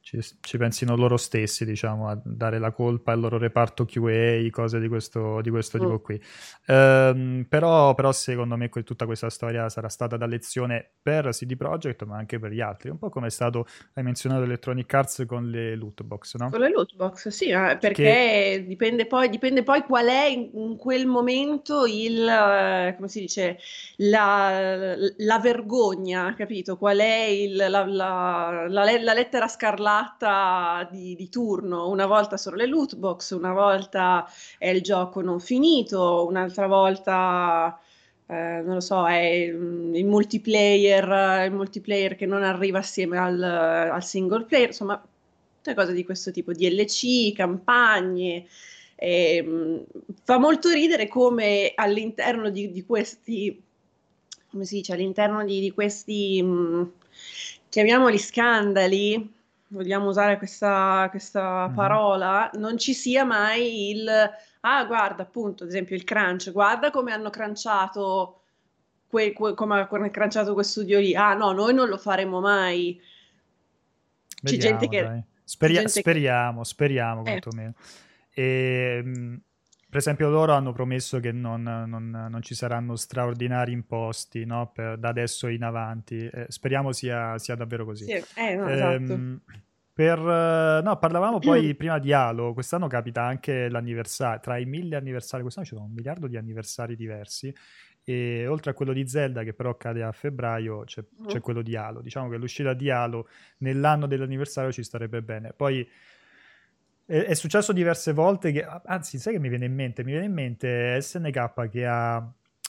ci pensino loro stessi, diciamo, a dare la colpa al loro reparto QA, cose di questo tipo qui. Però secondo me tutta questa storia sarà stata da lezione per CD Projekt, ma anche per gli altri, un po' come è stato, hai menzionato Electronic Arts con le loot box, no? Con le loot box, sì, Che perché dipende poi qual è in quel momento come si dice, la vergogna, capito? Qual è la lettera scarlatta di turno. Una volta sono le loot box, una volta è il gioco non finito, un'altra volta... non lo so, è il multiplayer che non arriva assieme al single player, insomma, tutte cose di questo tipo, DLC, campagne. E, fa molto ridere come all'interno di questi, come si dice, all'interno di questi, chiamiamoli scandali, vogliamo usare questa Mhm. parola, non ci sia mai ah, guarda, appunto, ad esempio il crunch, guarda come hanno crunchato, come ha crunchato quel studio lì. Ah, no, noi non lo faremo mai. C'è gente Vediamo, che... dai. C'è gente che... Speriamo Eh, quantomeno. E, per esempio, loro hanno promesso che non ci saranno straordinari imposti, no? Da adesso in avanti. Speriamo sia davvero così. sì, no, esatto. Ehm, no, parlavamo poi prima di Halo. Quest'anno capita anche l'anniversario. Tra i 1000 anniversari, quest'anno ci sono 1 miliardo di anniversari diversi. E oltre a quello di Zelda, che però cade a febbraio, c'è Mhm. quello di Halo. Diciamo che l'uscita di Halo nell'anno dell'anniversario ci starebbe bene. Poi è successo diverse volte che, anzi, sai che mi viene in mente? Mi viene in mente SNK che ha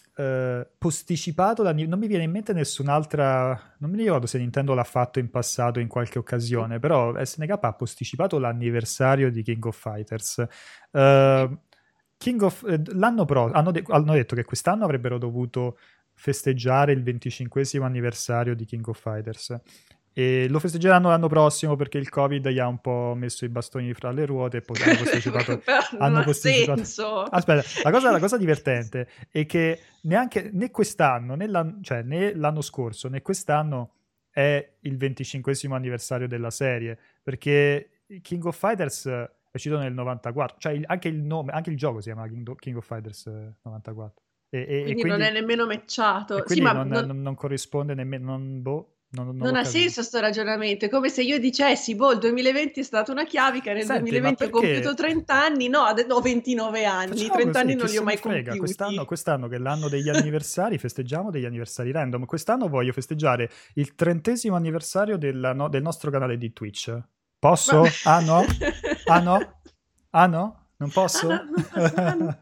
posticipato non mi viene in mente nessun'altra, non mi ricordo se Nintendo l'ha fatto in passato in qualche occasione, però SNK ha posticipato l'anniversario di King of Fighters. Ok. L'anno hanno detto che quest'anno avrebbero dovuto festeggiare il 25esimo anniversario di King of Fighters e lo festeggeranno l'anno prossimo perché il Covid gli ha un po' messo i bastoni fra le ruote e poi Però non hanno ha posticipato. senso. Aspetta, la cosa divertente è che neanche né quest'anno, cioè né l'anno scorso, né quest'anno è il 25esimo anniversario della serie, perché King of Fighters è uscito nel 94, cioè anche il nome, anche il gioco si chiama King of Fighters 94. E Quindi non è nemmeno e matchato. Sì, quindi ma non corrisponde nemmeno, non non l'ho ha capito. senso sto ragionamento. È come se io dicessi, boh, il 2020 è stata una chiavica, nel Senti, ma 2020 ho compiuto perché 30 anni, no, ho 29 anni, facciamo 30 così? anni Chi non li ho se ne mai frega? compiuti. Quest'anno che è l'anno degli anniversari, festeggiamo degli anniversari random. Quest'anno voglio festeggiare il 30° anniversario del nostro canale di Twitch. Ma... Posso? Ah no? Ah no? Ah no? Non Ah no, posso? non posso, ah no.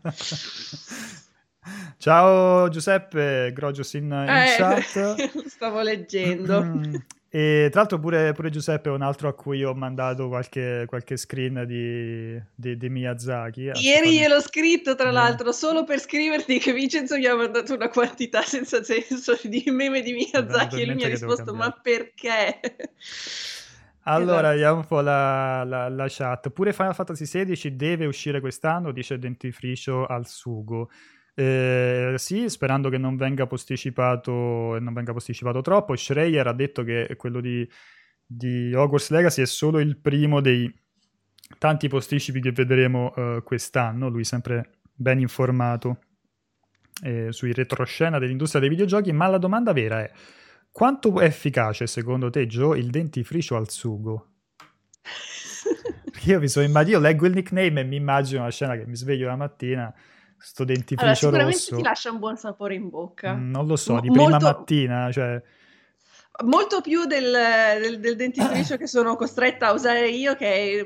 Ciao Giuseppe, Grogios in chat. Lo stavo leggendo. E tra l'altro pure Giuseppe è un altro a cui ho mandato qualche screen di Miyazaki. Adesso Ieri fammi... gliel'ho scritto, tra Eh, l'altro, solo per scriverti che Vincenzo mi ha mandato una quantità senza senso di meme di mi è venuto Miyazaki in e lui mi ha mente che devo risposto, ma cambiare. perché? Allora, Esatto. vediamo un po' la chat. Pure Final Fantasy XVI deve uscire quest'anno, dice Dentifricio al sugo. Sì, sperando che non venga posticipato e non venga posticipato troppo. Schreier ha detto che quello di Hogwarts Legacy è solo il primo dei tanti posticipi che vedremo quest'anno. Lui sempre ben informato sui retroscena dell'industria dei videogiochi, ma la domanda vera è: quanto è efficace secondo te, Joe, il dentifricio al sugo? Perché io leggo il nickname e mi immagino una scena che mi sveglio la mattina, sto Allora, dentifricio sicuramente ti rosso, lascia un buon sapore in bocca. non lo so, di prima Molto, mattina, cioè... molto più del dentifricio che sono costretta a usare io, che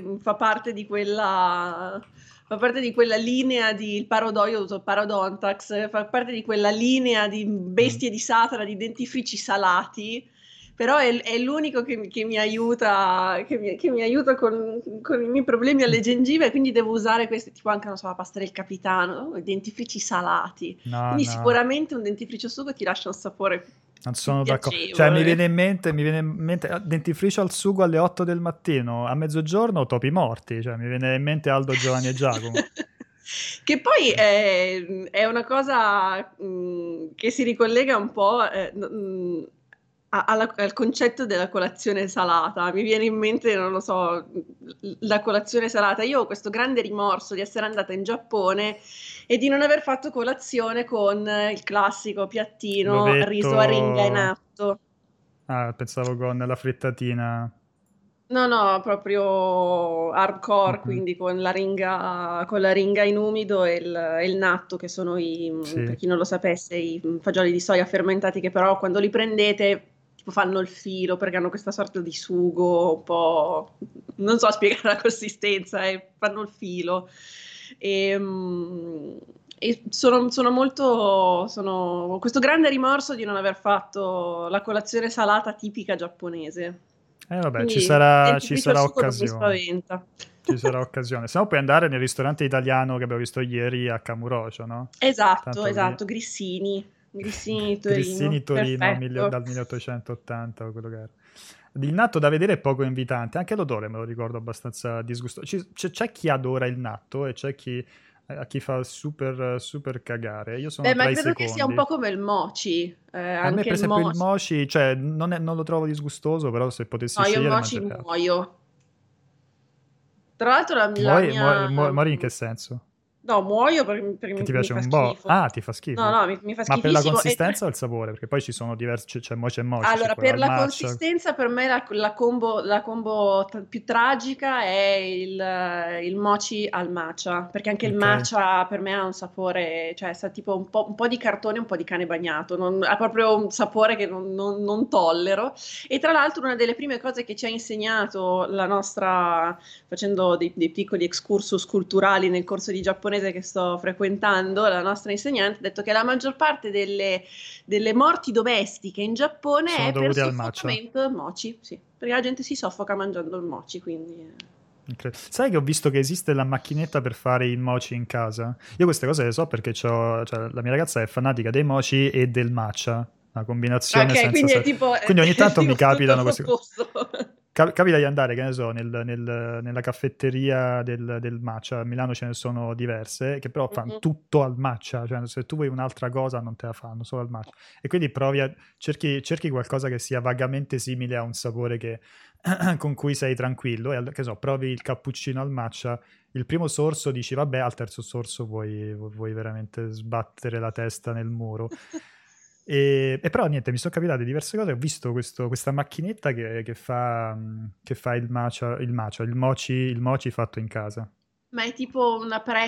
fa parte di quella linea di il parodoio, uso il Parodontax, fa parte di quella linea di Mm. bestie di Satana, di dentifrici salati, però è l'unico che mi aiuta, che mi aiuta con i miei problemi alle gengive, quindi devo usare questi, tipo anche, non so, la pasta del capitano, no? I dentifrici salati. No, Quindi no, sicuramente un dentifricio sugo ti lascia un sapore non più sono d'accordo. Cioè, piacevole. mi viene in mente dentifricio al sugo alle 8 del mattino, a mezzogiorno topi morti, cioè mi viene in mente Aldo, Giovanni e Giacomo. Che poi è una cosa che si ricollega un po' al concetto della colazione salata. Mi viene in mente, non lo so, la colazione salata. Io ho questo grande rimorso di essere andata in Giappone e di non aver fatto colazione con il classico piattino riso, aringa e L'ovetto... natto. Ah, pensavo con la frittatina. No, no, proprio hardcore, Mhm. quindi con la ringa in umido e il natto, che sono per Sì. chi non lo sapesse, i fagioli di soia fermentati che però quando li prendete tipo fanno il filo perché hanno questa sorta di sugo un po', non so spiegare la consistenza, fanno il filo. E, sono molto, ho questo grande rimorso di non aver fatto la colazione salata tipica giapponese. Vabbè, Quindi il ci dentifricio al sarà sugo non mi occasione. spaventa. Ci sarà occasione. Se no puoi andare nel ristorante italiano che abbiamo visto ieri a Camurocio, no? Esatto, Tanto lì... esatto, Grissini, Grissini di Grissini Torino, Torino perfetto. dal 1880 o quello che era. Il natto da vedere è poco invitante, anche l'odore me lo ricordo abbastanza disgustoso. C'è chi adora il natto e c'è chi, a chi fa super, super cagare. Io sono Beh, ma tra i credo che sia un po' secondi. come il mochi, A me, anche per il esempio, il mochi. mochi, cioè, non lo trovo disgustoso, però se potessi No, io il scegliere mochi mangerei altro. muoio. Tra l'altro la mia... Muori in che senso? No, muoio perché Che ti mi piace fa un po'? schifo. Ah, ti fa No, schifo. no, mi fa Ma per la schifissimo. consistenza o il sapore? Perché poi ci sono diversi, c'è mochi e mochi, c'è Allora, quello per al la matcha. consistenza, per me la combo più tragica è il mochi al matcha, perché anche il Ok. matcha per me ha un sapore, cioè sa tipo un po' di cartone e un po' di cane bagnato, ha proprio un sapore che non tollero. E tra l'altro una delle prime cose che ci ha insegnato la nostra, facendo dei piccoli excursus culturali nel corso di giapponese che sto frequentando, la nostra insegnante ha detto che la maggior parte delle morti domestiche in Giappone Sono è per dovuti al matcha. soffocamento mochi, sì, perché la gente si soffoca mangiando il mochi, quindi... Sai che ho visto che esiste la macchinetta per fare il mochi in casa? Io queste cose le so perché cioè, la mia ragazza è fanatica dei mochi e del matcha, una combinazione Ok, senza... quindi è tipo, Quindi ogni è tanto mi tipo tutto capitano queste cose. l'opposto. Capita di andare, che ne so, nella caffetteria del matcha, a Milano ce ne sono diverse, che però fanno Mhm. tutto al matcha, cioè se tu vuoi un'altra cosa non te la fanno, solo al matcha. E quindi cerchi qualcosa che sia vagamente simile a un sapore con cui sei tranquillo, e che so, provi il cappuccino al matcha, il primo sorso dici vabbè, al terzo sorso vuoi veramente sbattere la testa nel muro. E però niente, mi sono capitate diverse cose. Ho visto questa macchinetta che fa il mochi fatto in casa. Ma è tipo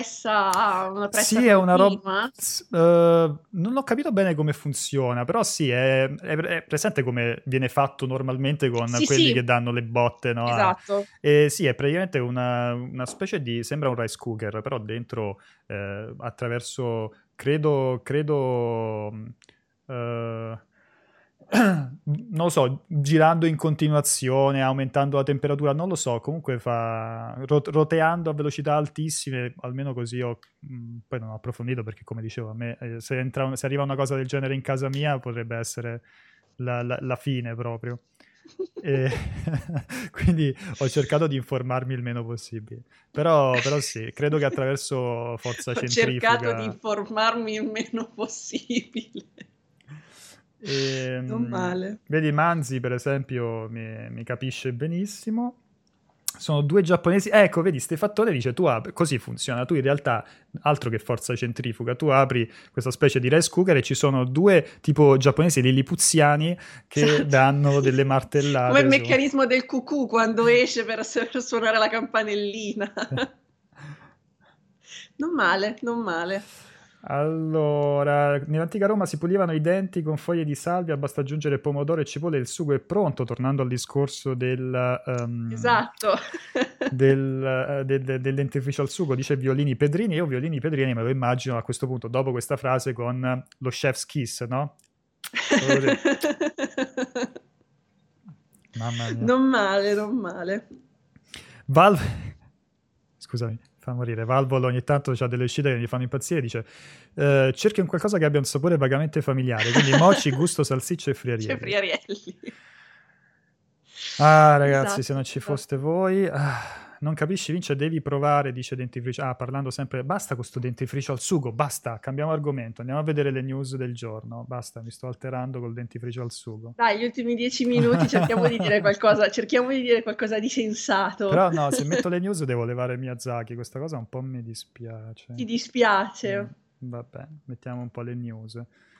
una pressa Sì, è una roba. continua? Non ho capito bene come funziona, però sì, è presente come viene fatto normalmente con Sì, quelli sì, che danno le botte, no? esatto. Sì, è praticamente una specie di. Sembra un rice cooker, però dentro attraverso. Credo. eh, non lo so, girando in continuazione, aumentando la temperatura, non lo so, comunque roteando a velocità altissime, almeno così poi non ho approfondito perché come dicevo a me se arriva una cosa del genere in casa mia potrebbe essere la fine proprio. E quindi ho cercato di informarmi il meno possibile. Però sì, credo che attraverso forza Ho cercato di centrifuga. informarmi il meno possibile. Non male. Vedi, Manzi, per esempio, mi capisce benissimo. Sono due giapponesi. Ecco, vedi, Stefattore dice: tu apri, così funziona. Tu in realtà, altro che forza centrifuga, tu apri questa specie di rice cooker e ci sono due tipo giapponesi lilipuziani che Esatto. danno delle Come il martellate su. meccanismo del cucù quando esce per suonare la campanellina. Non male, non male. Allora, nell'antica Roma si pulivano i denti con foglie di salvia, basta aggiungere pomodoro e cipolle e il sugo è pronto, tornando al discorso Esatto. del dentifricio al sugo, dice Violini Pedrini. Io Violini Pedrini me lo immagino a questo punto, dopo questa frase, con lo chef's kiss, no? Proprio così. Mamma mia. Non male, non male. Valve... Scusami, fa morire. Valvolo ogni tanto ha delle uscite che gli fanno impazzire. Dice: cerchi un qualcosa che abbia un sapore vagamente familiare. Quindi mochi, gusto, salsicce e C'è friarielli. Friarielli. Ah, ragazzi, se Esatto, non ci esatto. foste voi. non capisci, Vince, devi provare, dice dentifricio. Ah, parlando sempre, basta con sto dentifricio al sugo, basta, cambiamo argomento, andiamo a vedere le news del giorno, basta, mi sto alterando col dentifricio al sugo. Dai, gli ultimi 10 minuti cerchiamo di dire qualcosa di sensato. Però no, se metto le news devo levare Miyazaki, questa cosa un po' mi dispiace. Ti dispiace? Vabbè, mettiamo un po' le news.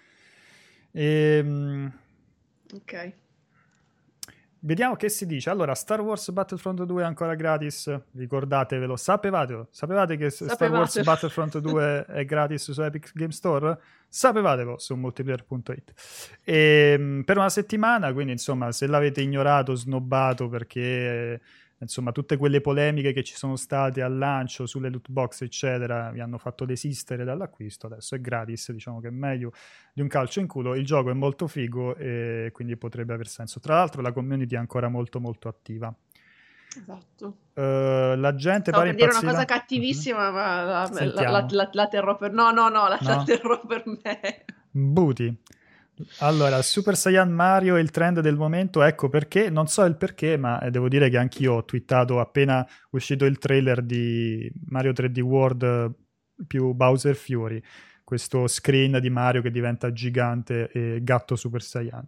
Ok. Vediamo che si dice. Allora, Star Wars Battlefront 2 è ancora gratis, ricordatevelo. Sapevate che Star Wars Battlefront 2 è gratis su Epic Game Store? Sapevatelo su multiplayer.it. Per una settimana, quindi insomma, se l'avete ignorato, snobbato perché insomma tutte quelle polemiche che ci sono state al lancio sulle loot box eccetera vi hanno fatto desistere dall'acquisto, adesso è gratis, diciamo che è meglio di un calcio in culo. Il gioco è molto figo e quindi potrebbe aver senso. Tra l'altro la community è ancora molto molto attiva. Esatto. La gente Stavo pare per dire una impazzirà. cosa cattivissima, ma Sentiamo. la terrò per... No, la terrò per me. Buti. Allora, Super Saiyan Mario è il trend del momento, ecco perché, non so il perché, ma devo dire che anch'io ho twittato appena uscito il trailer di Mario 3D World più Bowser Fury, questo screen di Mario che diventa gigante e gatto Super Saiyan.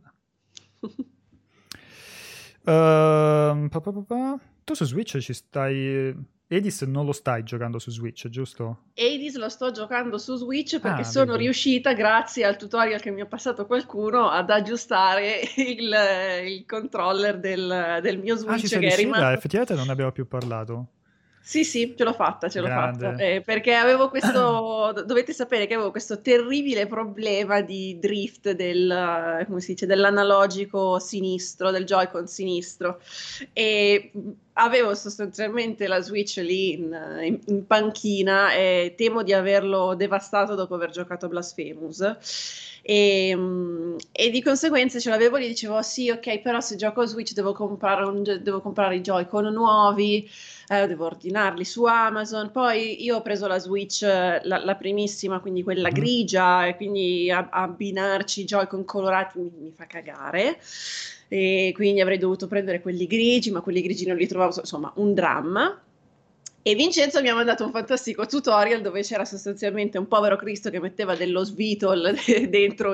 Tu su Switch ci stai... Edis non lo stai giocando su Switch, giusto? Hades lo sto giocando su Switch perché sono riuscita, grazie al tutorial che mi ha passato qualcuno, ad aggiustare il controller del mio Switch ci sei che è riuscita? rimasto... Effettivamente non ne abbiamo più parlato. Sì, ce l'ho fatta. Perché avevo questo, dovete sapere che avevo questo terribile problema di drift come si dice, dell'analogico sinistro, del Joy-Con sinistro. E avevo sostanzialmente la Switch lì in panchina e temo di averlo devastato dopo aver giocato a Blasphemous. E di conseguenza ce l'avevo lì, dicevo sì, ok, però se gioco a Switch devo comprare i Joy-Con nuovi, devo ordinarli su Amazon. Poi io ho preso la Switch, la primissima, quindi quella grigia, e quindi abbinarci i Joy-Con colorati mi fa cagare. E quindi avrei dovuto prendere quelli grigi, ma quelli grigi non li trovavo, insomma, un dramma. E Vincenzo mi ha mandato un fantastico tutorial dove c'era sostanzialmente un povero Cristo che metteva dello svitol dentro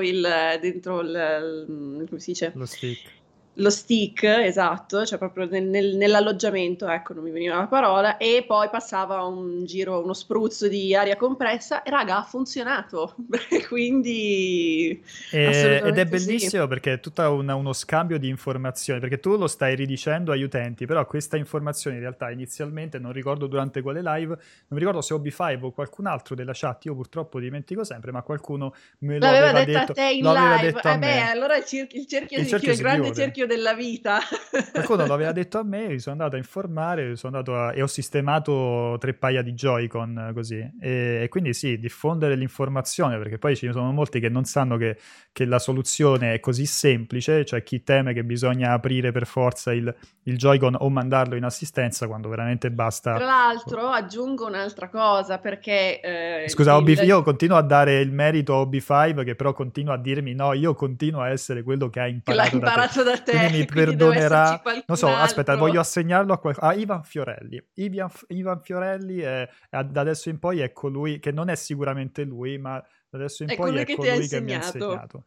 come si dice? Lo stick, esatto, cioè proprio nell'alloggiamento, ecco, non mi veniva la parola, e poi passava uno spruzzo di aria compressa e raga, ha funzionato, quindi ed è bellissimo sì. Perché è tutto uno scambio di informazioni, perché tu lo stai ridicendo agli utenti, però questa informazione in realtà inizialmente, non ricordo durante quale live, non mi ricordo se Obi5 o qualcun altro della chat, io purtroppo dimentico sempre, ma qualcuno me lo aveva detto a te in live. Detto a me. Allora il grande cerchio della vita. Qualcuno lo aveva detto a me, mi sono andato a informare, e ho sistemato 3 paia di Joy-Con così. E quindi sì, diffondere l'informazione, perché poi ci sono molti che non sanno che la soluzione è così semplice, cioè chi teme che bisogna aprire per forza il Joy-Con o mandarlo in assistenza quando veramente basta. Tra l'altro aggiungo un'altra cosa, perché scusa, io continuo a dare il merito a Obi5, che però continua a dirmi no, io continuo a essere quello che ha imparato, da te. Quindi mi perdonerà. Non so, aspetta, voglio assegnarlo a Ivan Fiorelli. Ivan Fiorelli da adesso in poi è colui che non è sicuramente lui, ma da adesso in poi è colui che mi ha insegnato.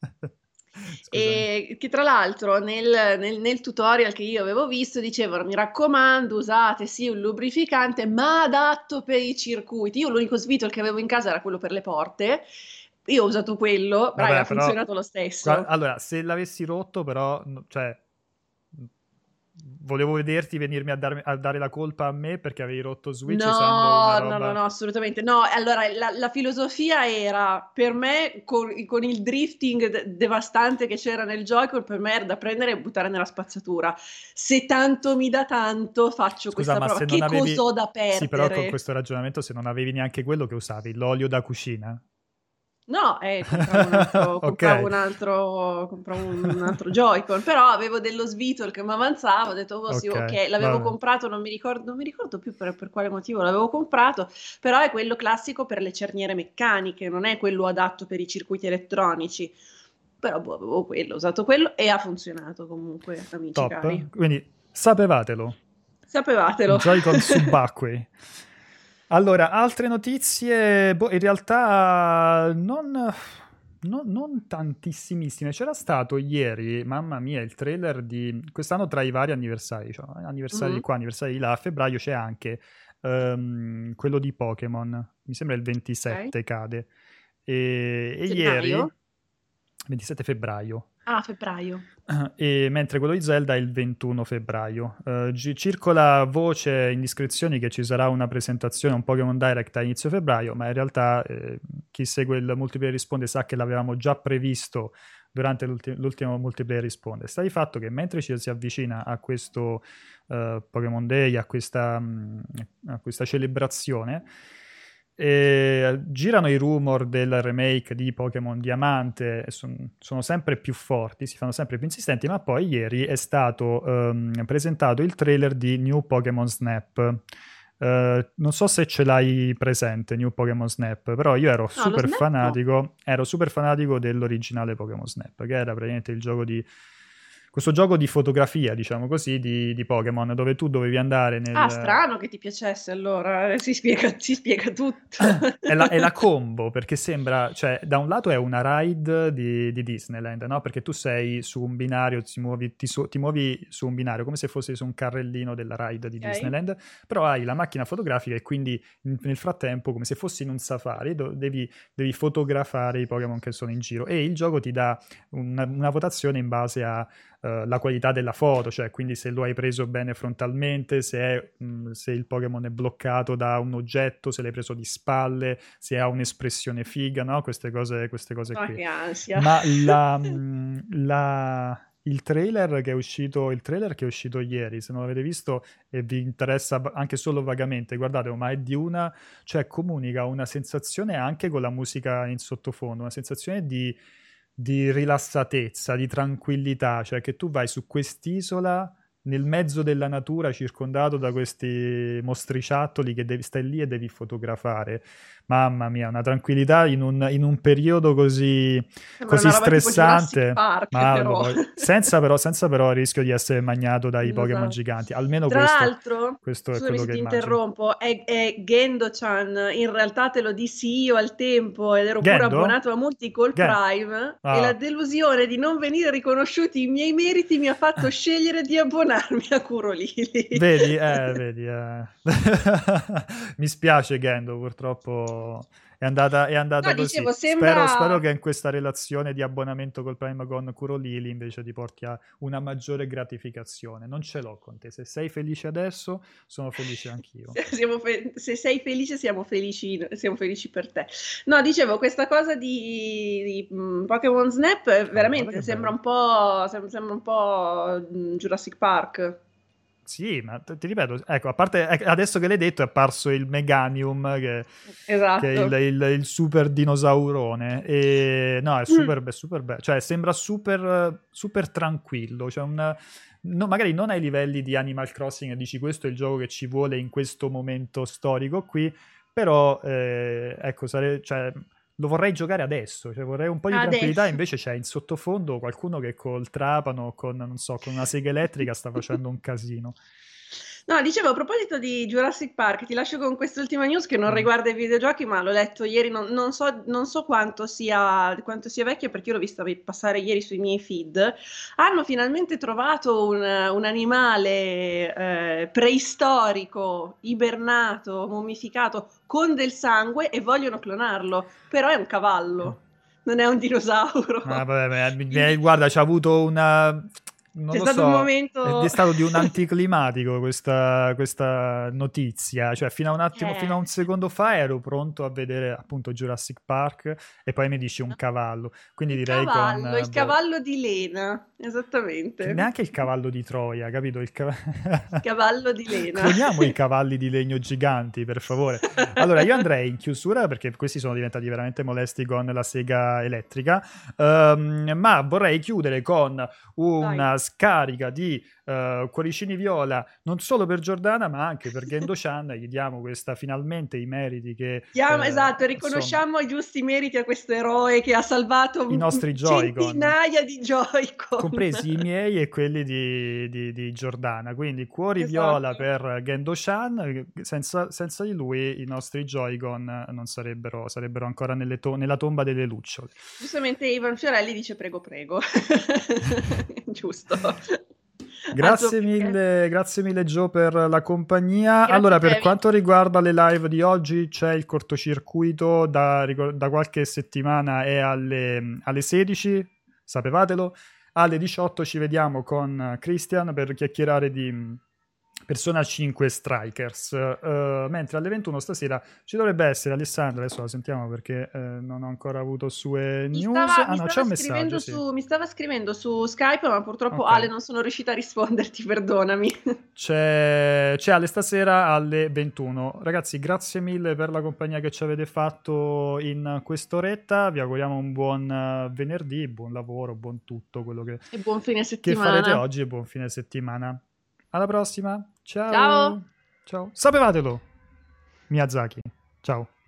E che tra l'altro nel tutorial che io avevo visto dicevano: mi raccomando, usate sì un lubrificante ma adatto per i circuiti. Io l'unico svitol che avevo in casa era quello per le porte, io ho usato quello. Vabbè, ha funzionato lo stesso. Allora, se l'avessi rotto però, cioè volevo vederti venirmi a dare la colpa a me perché avevi rotto Switch usando una roba... No, assolutamente no. Allora, la filosofia era, per me, con il drifting devastante che c'era nel gioco, per me era da prendere e buttare nella spazzatura. Se tanto mi dà tanto, faccio questa prova. Che cosa ho da perdere? Sì, però con questo ragionamento, se non avevi neanche quello che usavi, l'olio da cucina... No, compravo un altro Joy-Con, però avevo dello svitol che mi avanzava, ho detto sì, ok, l'avevo comprato, non mi ricordo più per quale motivo l'avevo comprato, però è quello classico per le cerniere meccaniche, non è quello adatto per i circuiti elettronici. Però avevo quello, ho usato quello e ha funzionato comunque, amici cari. Quindi sapevatelo. Sapevatelo. Joy-Con subacquei. Allora, altre notizie, in realtà non tantissimissime. C'era stato ieri, mamma mia, il trailer di quest'anno tra i vari anniversari, cioè, anniversari di qua, anniversari di là. A febbraio c'è anche quello di Pokémon, mi sembra il 27 cade. E ieri, 27 febbraio. Ah, febbraio. E mentre quello di Zelda è il 21 febbraio. Circola voce, indiscrezioni, che ci sarà una presentazione, un Pokémon Direct a inizio febbraio, ma in realtà chi segue il Multiplayer Risponde sa che l'avevamo già previsto durante l'ultimo Multiplayer Risponde. Sta di fatto che mentre ci si avvicina a questo Pokémon Day, a questa celebrazione, girano i rumor del remake di Pokémon Diamante, sono sempre più forti, si fanno sempre più insistenti, ma poi ieri è stato presentato il trailer di New Pokémon Snap. Non so se ce l'hai presente, New Pokémon Snap, però io ero super fanatico dell'originale Pokémon Snap, che era praticamente questo gioco di fotografia, diciamo così, di Pokémon, dove tu dovevi andare nel... Ah, strano che ti piacesse, allora, si spiega tutto. È la combo, perché sembra, cioè, da un lato è una ride di Disneyland, no? Perché tu sei su un binario, ti muovi su un binario come se fossi su un carrellino della ride di Disneyland, però hai la macchina fotografica e quindi nel frattempo, come se fossi in un safari, devi fotografare i Pokémon che sono in giro, e il gioco ti dà una votazione in base a la qualità della foto, cioè quindi se lo hai preso bene frontalmente, se il Pokémon è bloccato da un oggetto, se l'hai preso di spalle, se ha un'espressione figa, no? Queste cose qui. Che ansia. Ma il trailer che è uscito ieri, se non l'avete visto e vi interessa anche solo vagamente, guardate, ma è cioè comunica una sensazione anche con la musica in sottofondo, una sensazione di rilassatezza, di tranquillità, cioè che tu vai su quest'isola nel mezzo della natura, circondato da questi mostriciattoli che stai lì e devi fotografare. Mamma mia, una tranquillità in un periodo così stressante, Park, senza però il rischio di essere magnato dai Pokémon giganti. Almeno tra l'altro, questo è scusami quello se che ti immagino. interrompo, è Gendo-chan, in realtà te lo dissi io al tempo ed ero pure abbonato a Multicall Prime e la delusione di non venire riconosciuti i miei meriti mi ha fatto scegliere di abbonarmi a Curolili. Vedi. Mi spiace, Gendo, purtroppo è andata No, così. dicevo, Spero che in questa relazione di abbonamento col Prime con Curolili invece ti porti a una maggiore gratificazione. Non ce l'ho con te. Se sei felice adesso, sono felice anch'io. Se sei felice, siamo felici per te. No, dicevo, questa cosa di Pokémon Snap veramente sembra un po' Jurassic Park. Sì, ma ti ripeto, ecco, a parte adesso che l'hai detto è apparso il Meganium che è il super dinosaurone, e no, è super bello, cioè sembra super, super tranquillo, cioè magari non ai livelli di Animal Crossing e dici questo è il gioco che ci vuole in questo momento storico qui, però ecco, cioè, lo vorrei giocare adesso, cioè vorrei un po' di tranquillità, invece c'è in sottofondo qualcuno che col trapano, con una sega elettrica sta facendo un casino. No, dicevo, a proposito di Jurassic Park, ti lascio con quest'ultima news che non riguarda i videogiochi, ma l'ho letto ieri, non so quanto sia vecchio, perché io l'ho vista passare ieri sui miei feed. Hanno finalmente trovato un animale preistorico, ibernato, mummificato, con del sangue, e vogliono clonarlo, però è un cavallo, non è un dinosauro. Guarda, c'ha avuto una... Non lo so, un momento... è stato di un anticlimatico questa notizia, cioè fino a un secondo fa ero pronto a vedere appunto Jurassic Park e poi mi dici un cavallo, quindi direi il cavallo di Lena, esattamente. Neanche il cavallo di Troia, capito? Il cavallo di Lena. Cloniamo i cavalli di legno giganti, per favore. Allora, io andrei in chiusura perché questi sono diventati veramente molesti con la sega elettrica, ma vorrei chiudere con una scarica di cuoricini viola non solo per Giordana ma anche per Gendo-chan. Gli diamo questa finalmente i meriti che Esatto, insomma, riconosciamo i giusti meriti a questo eroe che ha salvato i nostri Joy-Con, centinaia di Joy-Con. compresi i miei e quelli di Giordana. Quindi cuori viola Esatto. per Gendo-chan. Senza di lui i nostri Joy-Con non sarebbero ancora nella tomba delle lucciole. Giustamente Ivan Fiorelli dice prego prego. Giusto. Grazie mille Gio per la compagnia. Grazie Allora, a per te. quanto riguarda le live di oggi, c'è il cortocircuito da qualche settimana, è alle 16, sapevatelo. Alle 18 ci vediamo con Christian per chiacchierare di Persona 5 Strikers, mentre alle 21 stasera ci dovrebbe essere Alessandra. Adesso la sentiamo perché non ho ancora avuto sue news. Ah no, c'è un messaggio, sì. Mi stava scrivendo su Skype, ma purtroppo Ok. Ale non sono riuscita a risponderti, perdonami. C'è Ale stasera alle 21. Ragazzi, grazie mille per la compagnia che ci avete fatto in quest'oretta. Vi auguriamo un buon venerdì, buon lavoro, buon tutto quello che E buon fine che farete settimana. oggi e buon fine settimana. Alla prossima. Ciao! Ciao. Ciao. Sapevatelo. Miyazaki. Ciao.